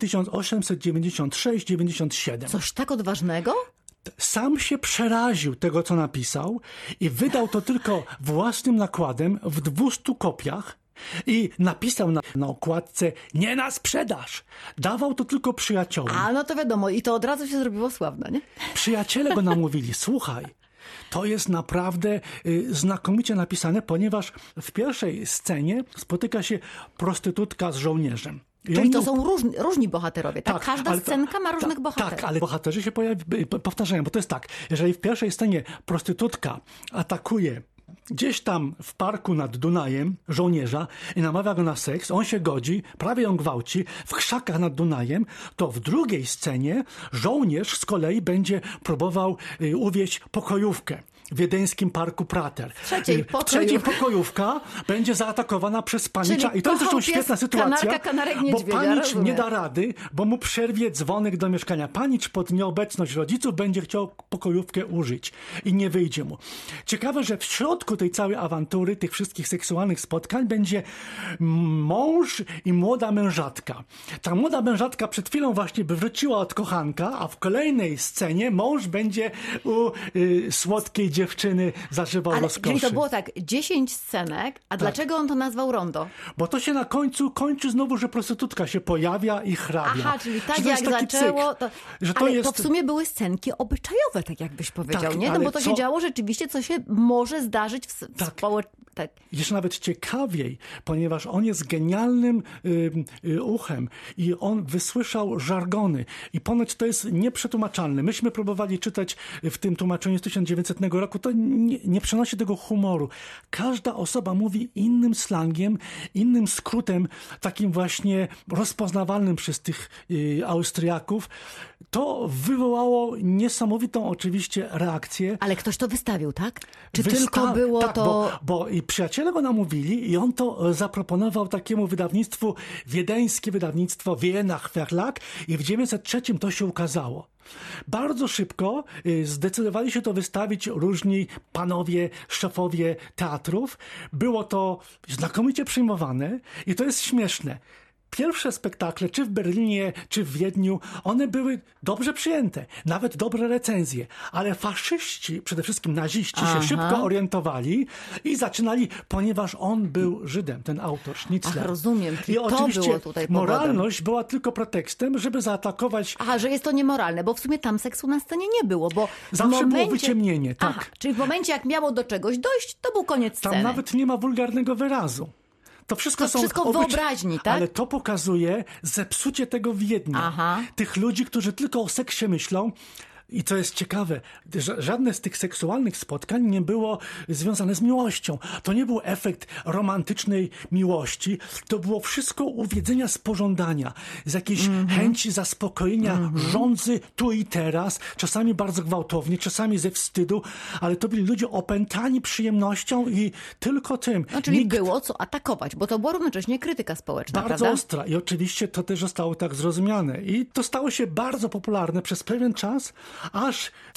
1896-97. Coś tak odważnego? Sam się przeraził tego, co napisał i wydał to tylko własnym nakładem w 200 kopiach i napisał na okładce nie na sprzedaż. Dawał to tylko przyjaciołom. A no to wiadomo i to od razu się zrobiło sławne, nie? Przyjaciele go namówili, słuchaj, to jest naprawdę znakomicie napisane, ponieważ w pierwszej scenie spotyka się prostytutka z żołnierzem. Czyli to są różni bohaterowie, tak? Każda scenka ma różnych bohaterów. Tak, ale bohaterzy się powtarzają, bo to jest tak, jeżeli w pierwszej scenie prostytutka atakuje gdzieś tam w parku nad Dunajem żołnierza i namawia go na seks, on się godzi, prawie ją gwałci, w krzakach nad Dunajem, to w drugiej scenie żołnierz z kolei będzie próbował uwieść pokojówkę w wiedeńskim parku Prater. W trzeciej pokojówka będzie zaatakowana przez panicza. Czyli i to jest zresztą świetna sytuacja, bo panicz nie da rady, bo mu przerwie dzwonek do mieszkania. Panicz pod nieobecność rodziców będzie chciał pokojówkę użyć i nie wyjdzie mu. Ciekawe, że w środku tej całej awantury, tych wszystkich seksualnych spotkań będzie mąż i młoda mężatka. Ta młoda mężatka przed chwilą właśnie by wróciła od kochanka, a w kolejnej scenie mąż będzie u słodkiej dziewczyny zażywał rozkoszy. Czyli to było tak, 10 scenek, a dlaczego on to nazwał rondo? Bo to się na końcu kończy znowu, że prostytutka się pojawia i hrabia. Aha, czyli tak jak zaczęło, to w sumie były scenki obyczajowe, tak jakbyś powiedział, nie? No bo to się działo rzeczywiście, co się może zdarzyć w tak. Jeszcze nawet ciekawiej, ponieważ on jest genialnym uchem i on wysłyszał żargony i ponoć to jest nieprzetłumaczalne. Myśmy próbowali czytać w tym tłumaczeniu z 1900 roku, to nie przenosi tego humoru. Każda osoba mówi innym slangiem, innym skrótem, takim właśnie rozpoznawalnym przez tych Austriaków. To wywołało niesamowitą oczywiście reakcję. Ale ktoś to wystawił, tak? Czy tylko było tak, to... Bo i przyjaciele go namówili i on to zaproponował takiemu wydawnictwu, wiedeńskie wydawnictwo Vienna Verlag i w 1903 to się ukazało. Bardzo szybko zdecydowali się to wystawić różni panowie, szefowie teatrów. Było to znakomicie przyjmowane i to jest śmieszne. Pierwsze spektakle, czy w Berlinie, czy w Wiedniu, one były dobrze przyjęte, nawet dobre recenzje, ale faszyści, przede wszystkim naziści się szybko orientowali i zaczynali, ponieważ on był Żydem, ten autor, Schnitzler. Ach, rozumiem. I oczywiście było tutaj moralność była tylko pretekstem, żeby zaatakować... Aha, że jest to niemoralne, bo w sumie tam seksu na scenie nie było, bo zawsze było wyciemnienie, tak. Aha, czyli w momencie, jak miało do czegoś dojść, to był koniec sceny. Tam nawet nie ma wulgarnego wyrazu. To wszystko są wszystko w wyobraźni, tak? Ale to pokazuje zepsucie tego Wiednia. Aha. Tych ludzi, którzy tylko o seksie myślą. I co jest ciekawe, żadne z tych seksualnych spotkań nie było związane z miłością. To nie był efekt romantycznej miłości. To było wszystko uwiedzenia z pożądania, z jakiejś chęci zaspokojenia żądzy tu i teraz, czasami bardzo gwałtownie, czasami ze wstydu, ale to byli ludzie opętani przyjemnością i tylko tym. No, czyli było co atakować, bo to była równocześnie krytyka społeczna, bardzo prawda? ostra i oczywiście to też zostało tak zrozumiane. I to stało się bardzo popularne przez pewien czas, aż w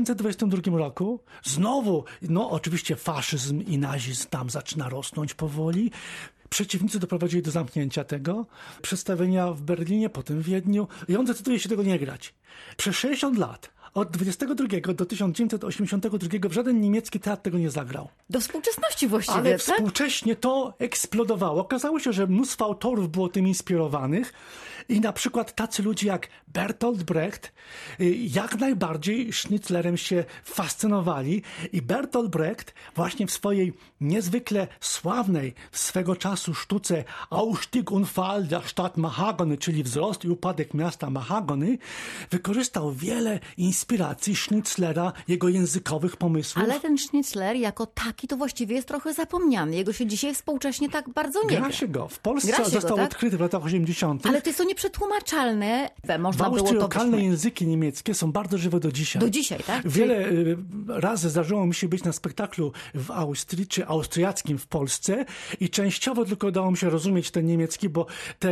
1922 roku znowu, no oczywiście faszyzm i nazizm tam zaczyna rosnąć powoli. Przeciwnicy doprowadzili do zamknięcia tego, przedstawienia w Berlinie, potem w Wiedniu i on decyduje się tego nie grać. Przez 60 lat, od 22 do 1982 w żaden niemiecki teatr tego nie zagrał. Do współczesności właściwie, Ale tak? współcześnie to eksplodowało. Okazało się, że mnóstwo autorów było tym inspirowanych i na przykład tacy ludzie jak Bertolt Brecht jak najbardziej Schnitzlerem się fascynowali i Bertolt Brecht właśnie w swojej niezwykle sławnej swego czasu sztuce Aufstieg und Fall der Stadt Mahagony, czyli wzrost i upadek miasta Mahagony, wykorzystał wiele inspiracji Schnitzlera, jego językowych pomysłów. Ale ten Schnitzler jako taki to właściwie jest trochę zapomniany. Jego się dzisiaj współcześnie tak bardzo nie Gra wie. się go. W Polsce został tak? odkryty w latach 80. Ale to jest to nieprzetłumaczalne. Można W było Austrii to lokalne języki niemieckie są bardzo żywe do dzisiaj. Do dzisiaj, tak? Wiele razy zdarzyło mi się być na spektaklu w Austrii, czy austriackim w Polsce i częściowo tylko udało mi się rozumieć ten niemiecki, bo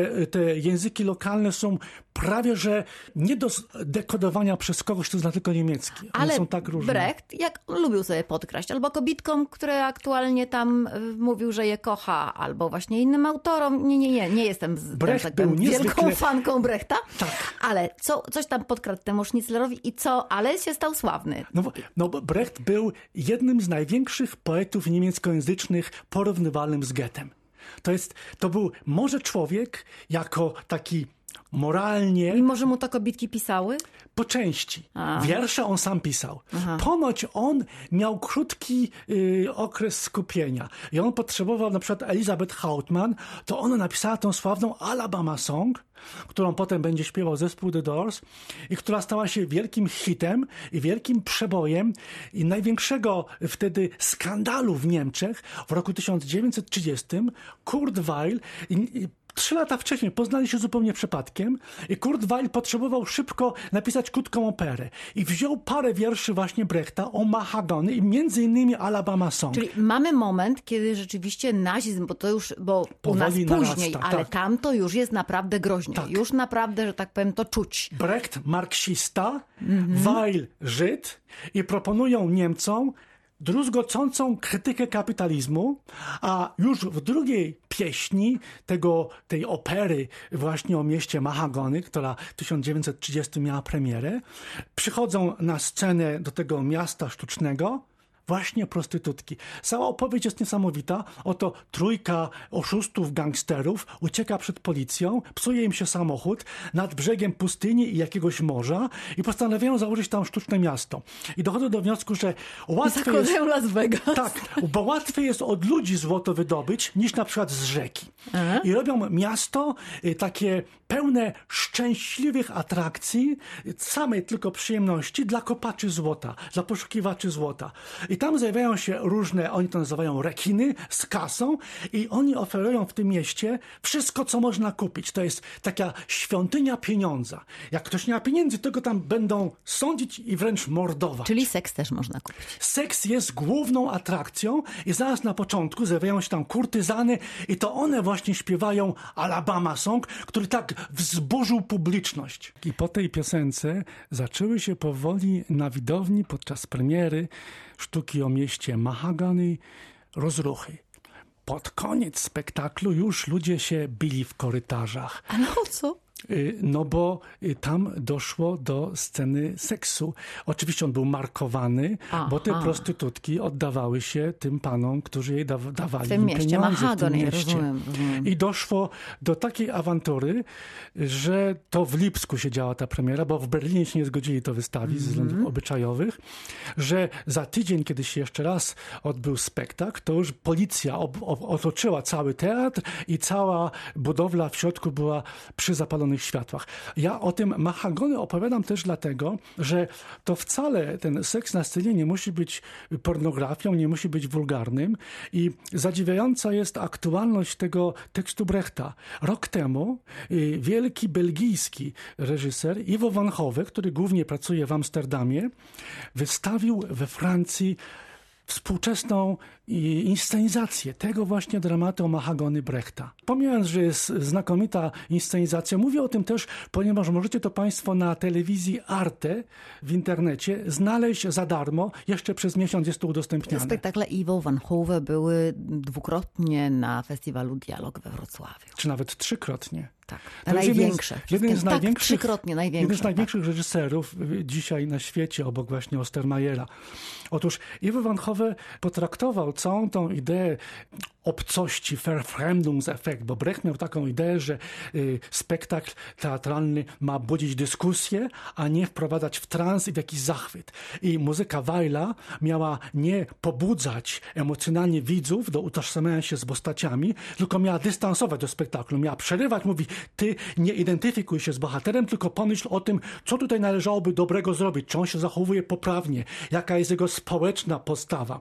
te języki lokalne są prawie, że nie do dekodowania przez kogoś, kto zna tylko niemiecki. One Ale są tak różne. Brecht, jak on lubił sobie podkraść, albo kobitkom, które aktualnie tam mówił, że je kocha, albo właśnie innym autorom. Nie jestem Brecht był wielką fanką Brechta, Tak. ale coś tam podkradł temu Schnitzlerowi ale się stał sławny. No bo Brecht był jednym z największych poetów niemieckojęzycznych porównywalnym z Goethem. To był może człowiek jako taki moralnie... Mimo, że mu to kobitki pisały? Po części. Wiersze on sam pisał. Aha. Ponoć on miał krótki okres skupienia. I on potrzebował, na przykład Elizabeth Hauptmann, to ona napisała tą sławną Alabama Song, którą potem będzie śpiewał zespół The Doors i która stała się wielkim hitem i wielkim przebojem i największego wtedy skandalu w Niemczech w roku 1930 Kurt Weill 3 lata wcześniej poznali się zupełnie przypadkiem i Kurt Weill potrzebował szybko napisać krótką operę i wziął parę wierszy właśnie Brechta o Mahagony i między innymi Alabama Song. Czyli mamy moment, kiedy rzeczywiście nazizm, bo u Powoli nas później, narasta, ale tak. tam to już jest naprawdę groźnie. Tak. Już naprawdę, że tak powiem, to czuć. Brecht marksista, Weill Żyd i proponują Niemcom druzgocącą krytykę kapitalizmu, a już w drugiej pieśni tej opery właśnie o mieście Mahagony, która w 1930 miała premierę, przychodzą na scenę do tego miasta sztucznego właśnie prostytutki. Cała opowieść jest niesamowita. Oto trójka oszustów, gangsterów ucieka przed policją, psuje im się samochód nad brzegiem pustyni i jakiegoś morza i postanawiają założyć tam sztuczne miasto. I dochodzą do wniosku, że łatwiej jest... Las Vegas. Tak, bo łatwiej jest od ludzi złoto wydobyć niż na przykład z rzeki. Aha. I robią miasto takie pełne szczęśliwych atrakcji, samej tylko przyjemności dla kopaczy złota, dla poszukiwaczy złota. I tam zjawiają się różne, oni to nazywają rekiny z kasą i oni oferują w tym mieście wszystko, co można kupić. To jest taka świątynia pieniądza. Jak ktoś nie ma pieniędzy, to go tam będą sądzić i wręcz mordować. Czyli seks też można kupić. Seks jest główną atrakcją i zaraz na początku zjawiają się tam kurtyzany i to one właśnie śpiewają Alabama Song, który tak wzburzył publiczność. I po tej piosence zaczęły się powoli na widowni podczas premiery sztuki o mieście Mahagony rozruchy. Pod koniec spektaklu już ludzie się bili w korytarzach. Ale o co? No bo tam doszło do sceny seksu. Oczywiście on był markowany, bo te prostytutki oddawały się tym panom, którzy jej dawali im pieniądze w tym mieście. Rozumiem. I doszło do takiej awantury, że to w Lipsku się działa ta premiera, bo w Berlinie się nie zgodzili to wystawić ze względów obyczajowych, że za tydzień, kiedy się jeszcze raz odbył spektakl, to już policja otoczyła cały teatr i cała budowla w środku była przy zapalonych światłach. Ja o tym Mahagony opowiadam też dlatego, że to wcale ten seks na scenie nie musi być pornografią, nie musi być wulgarnym i zadziwiająca jest aktualność tego tekstu Brechta. Rok temu wielki belgijski reżyser Ivo van Hove, który głównie pracuje w Amsterdamie, wystawił we Francji współczesną inscenizację tego właśnie dramatu Mahagony Brechta. Pomijając, że jest znakomita inscenizacja, mówię o tym też, ponieważ możecie to Państwo na telewizji Arte w internecie znaleźć za darmo. Jeszcze przez miesiąc jest to udostępniane. Spektakle Ivo van Hove były dwukrotnie na festiwalu Dialog we Wrocławiu. Czy nawet trzykrotnie. Tak, największe. Trzykrotnie największe. Jeden z największych reżyserów dzisiaj na świecie, obok właśnie Ostermayera. Otóż Ivo van Hove potraktował całą tą ideę obcości, Verfremdungseffekt, bo Brecht miał taką ideę, że spektakl teatralny ma budzić dyskusję, a nie wprowadzać w trans i w jakiś zachwyt. I muzyka Weila miała nie pobudzać emocjonalnie widzów do utożsamiania się z postaciami, tylko miała dystansować do spektaklu, miała przerywać, mówi, ty nie identyfikuj się z bohaterem, tylko pomyśl o tym, co tutaj należałoby dobrego zrobić, czy on się zachowuje poprawnie, jaka jest jego społeczna postawa.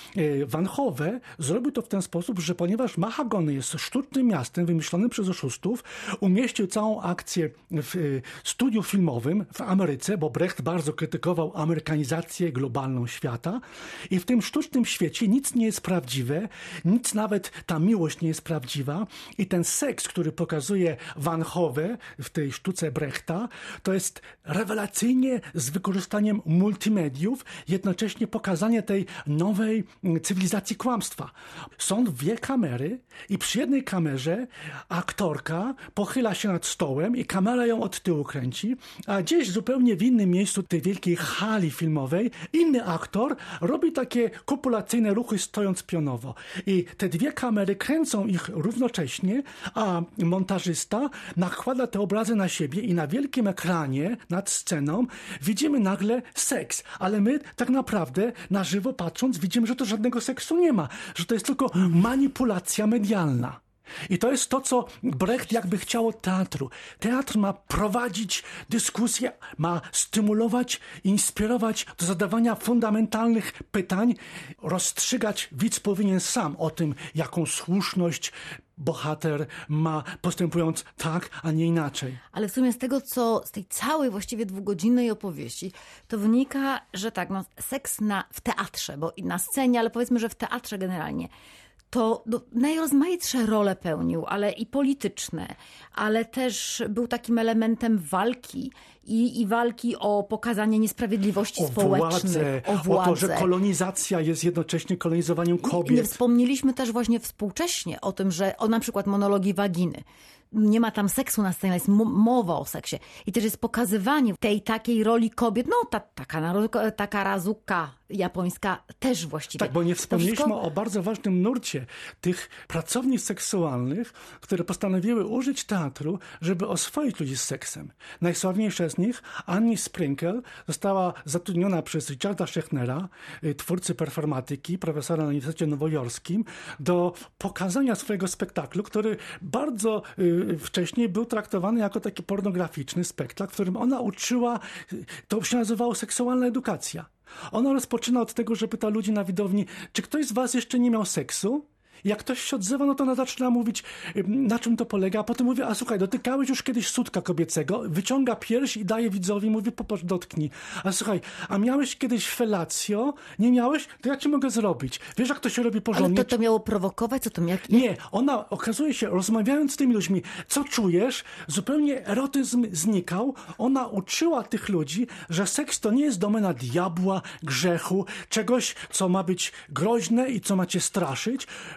Van Hove zrobił to w ten sposób, że ponieważ Mahagony jest sztucznym miastem wymyślonym przez oszustów, umieścił całą akcję w studiu filmowym w Ameryce, bo Brecht bardzo krytykował amerykanizację globalną świata i w tym sztucznym świecie nic nie jest prawdziwe, nic nawet ta miłość nie jest prawdziwa i ten seks, który pokazuje Van Hove w tej sztuce Brechta, to jest rewelacyjnie z wykorzystaniem multimediów, jednocześnie pokazanie tej nowej cywilizacji kłamstwa. Są dwie kamery i przy jednej kamerze aktorka pochyla się nad stołem i kamera ją od tyłu kręci, a gdzieś zupełnie w innym miejscu tej wielkiej hali filmowej inny aktor robi takie kopulacyjne ruchy stojąc pionowo. I te dwie kamery kręcą ich równocześnie, a montażysta nakłada te obrazy na siebie i na wielkim ekranie nad sceną widzimy nagle seks, ale my tak naprawdę na żywo patrząc widzimy, że to żadnego seksu nie ma, że to jest tylko manipulacja medialna. I to jest to, co Brecht jakby chciał od teatru. Teatr ma prowadzić dyskusję, ma stymulować, inspirować do zadawania fundamentalnych pytań, rozstrzygać. Widz powinien sam o tym, jaką słuszność bohater ma, postępując tak, a nie inaczej. Ale w sumie z tego, co z tej całej właściwie dwugodzinnej opowieści, to wynika, że tak, no, seks w teatrze, bo i na scenie, ale powiedzmy, że w teatrze generalnie, to najrozmaitsze role pełnił, ale i polityczne, ale też był takim elementem walki i walki o pokazanie niesprawiedliwości społecznych, o władzę. O to, że kolonizacja jest jednocześnie kolonizowaniem kobiet. Nie wspomnieliśmy też właśnie współcześnie o tym, że na przykład monologi waginy. Nie ma tam seksu na scenie, jest mowa o seksie. I też jest pokazywanie tej takiej roli kobiet, no taka razuka japońska też właściwie. Tak, bo nie wspomnieliśmy o bardzo ważnym nurcie tych pracownic seksualnych, które postanowiły użyć teatru, żeby oswoić ludzi z seksem. Najsławniejsza z nich, Annie Sprinkle, została zatrudniona przez Richarda Schechnera, twórcy performatyki, profesora na Uniwersytecie Nowojorskim, do pokazania swojego spektaklu, który bardzo wcześniej był traktowany jako taki pornograficzny spektakl, w którym ona uczyła, to się nazywało seksualna edukacja. Ona rozpoczyna od tego, że pyta ludzi na widowni, czy ktoś z was jeszcze nie miał seksu? Jak ktoś się odzywa, no to ona zaczyna mówić, na czym to polega, a potem mówi, a słuchaj, dotykałeś już kiedyś sutka kobiecego, wyciąga pierś i daje widzowi, mówi, popatrz, dotknij. A słuchaj, a miałeś kiedyś fellatio? Nie miałeś? To ja ci mogę zrobić. Wiesz, jak to się robi porządnie? Ale to miało prowokować? Co to miało? Nie, ona, okazuje się, rozmawiając z tymi ludźmi, co czujesz? Zupełnie erotyzm znikał. Ona uczyła tych ludzi, że seks to nie jest domena diabła, grzechu, czegoś, co ma być groźne i co ma cię straszyć,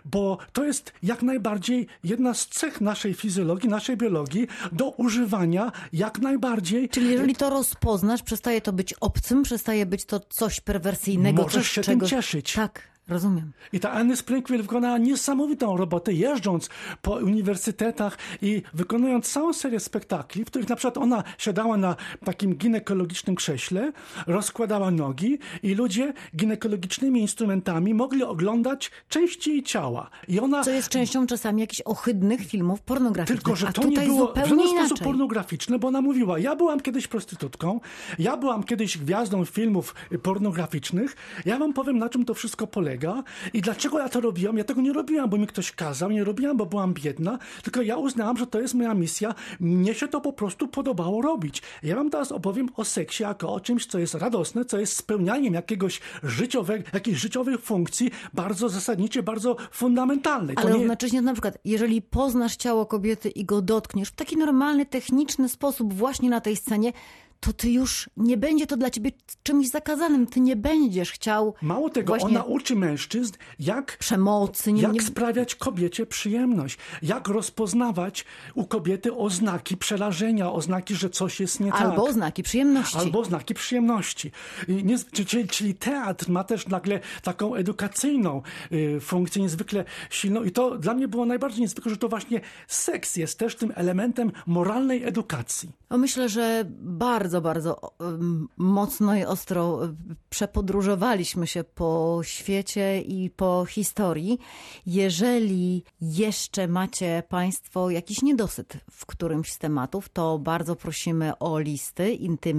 bo to jest jak najbardziej jedna z cech naszej fizjologii, naszej biologii do używania jak najbardziej. Czyli jeżeli to rozpoznasz, przestaje to być obcym, przestaje być to coś perwersyjnego. Możesz coś, się czegoś... tym cieszyć. Tak. Rozumiem. I ta Anne Springfield wykonała niesamowitą robotę, jeżdżąc po uniwersytetach i wykonując całą serię spektakli, w których na przykład ona siadała na takim ginekologicznym krześle, rozkładała nogi i ludzie ginekologicznymi instrumentami mogli oglądać części jej ciała. I ona... Co jest częścią czasami jakichś ohydnych filmów pornograficznych. Tylko, że a to tutaj nie było w zupełnie żaden inaczej. sposób pornograficzne, bo ona mówiła, ja byłam kiedyś prostytutką, ja byłam kiedyś gwiazdą filmów pornograficznych, ja wam powiem, na czym to wszystko polega i dlaczego ja to robiłam. Ja tego nie robiłam, bo mi ktoś kazał, nie robiłam, bo byłam biedna, tylko ja uznałam, że to jest moja misja, mnie się to po prostu podobało robić. Ja wam teraz opowiem o seksie jako o czymś, co jest radosne, co jest spełnianiem jakiejś życiowej funkcji, bardzo zasadniczej, bardzo fundamentalnej. Ale równocześnie na przykład, jeżeli poznasz ciało kobiety i go dotkniesz w taki normalny, techniczny sposób właśnie na tej scenie, to ty już nie będzie to dla ciebie czymś zakazanym. Ty nie będziesz chciał. Mało tego, właśnie ona uczy mężczyzn, jak przemocy, sprawiać kobiecie przyjemność, jak rozpoznawać u kobiety oznaki przerażenia, oznaki, że coś jest nie tak. Albo oznaki przyjemności. Albo oznaki przyjemności. Czyli teatr ma też nagle taką edukacyjną funkcję niezwykle silną i to dla mnie było najbardziej niezwykłe, że to właśnie seks jest też tym elementem moralnej edukacji. Myślę, że bardzo mocno i ostro przepodróżowaliśmy się po świecie i po historii. Jeżeli jeszcze macie Państwo jakiś niedosyt w którymś z tematów, to bardzo prosimy o listy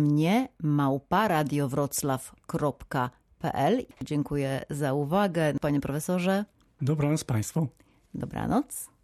intymnie@radiowroclaw.pl. Dziękuję za uwagę. Panie profesorze. Dobranoc Państwu. Dobranoc.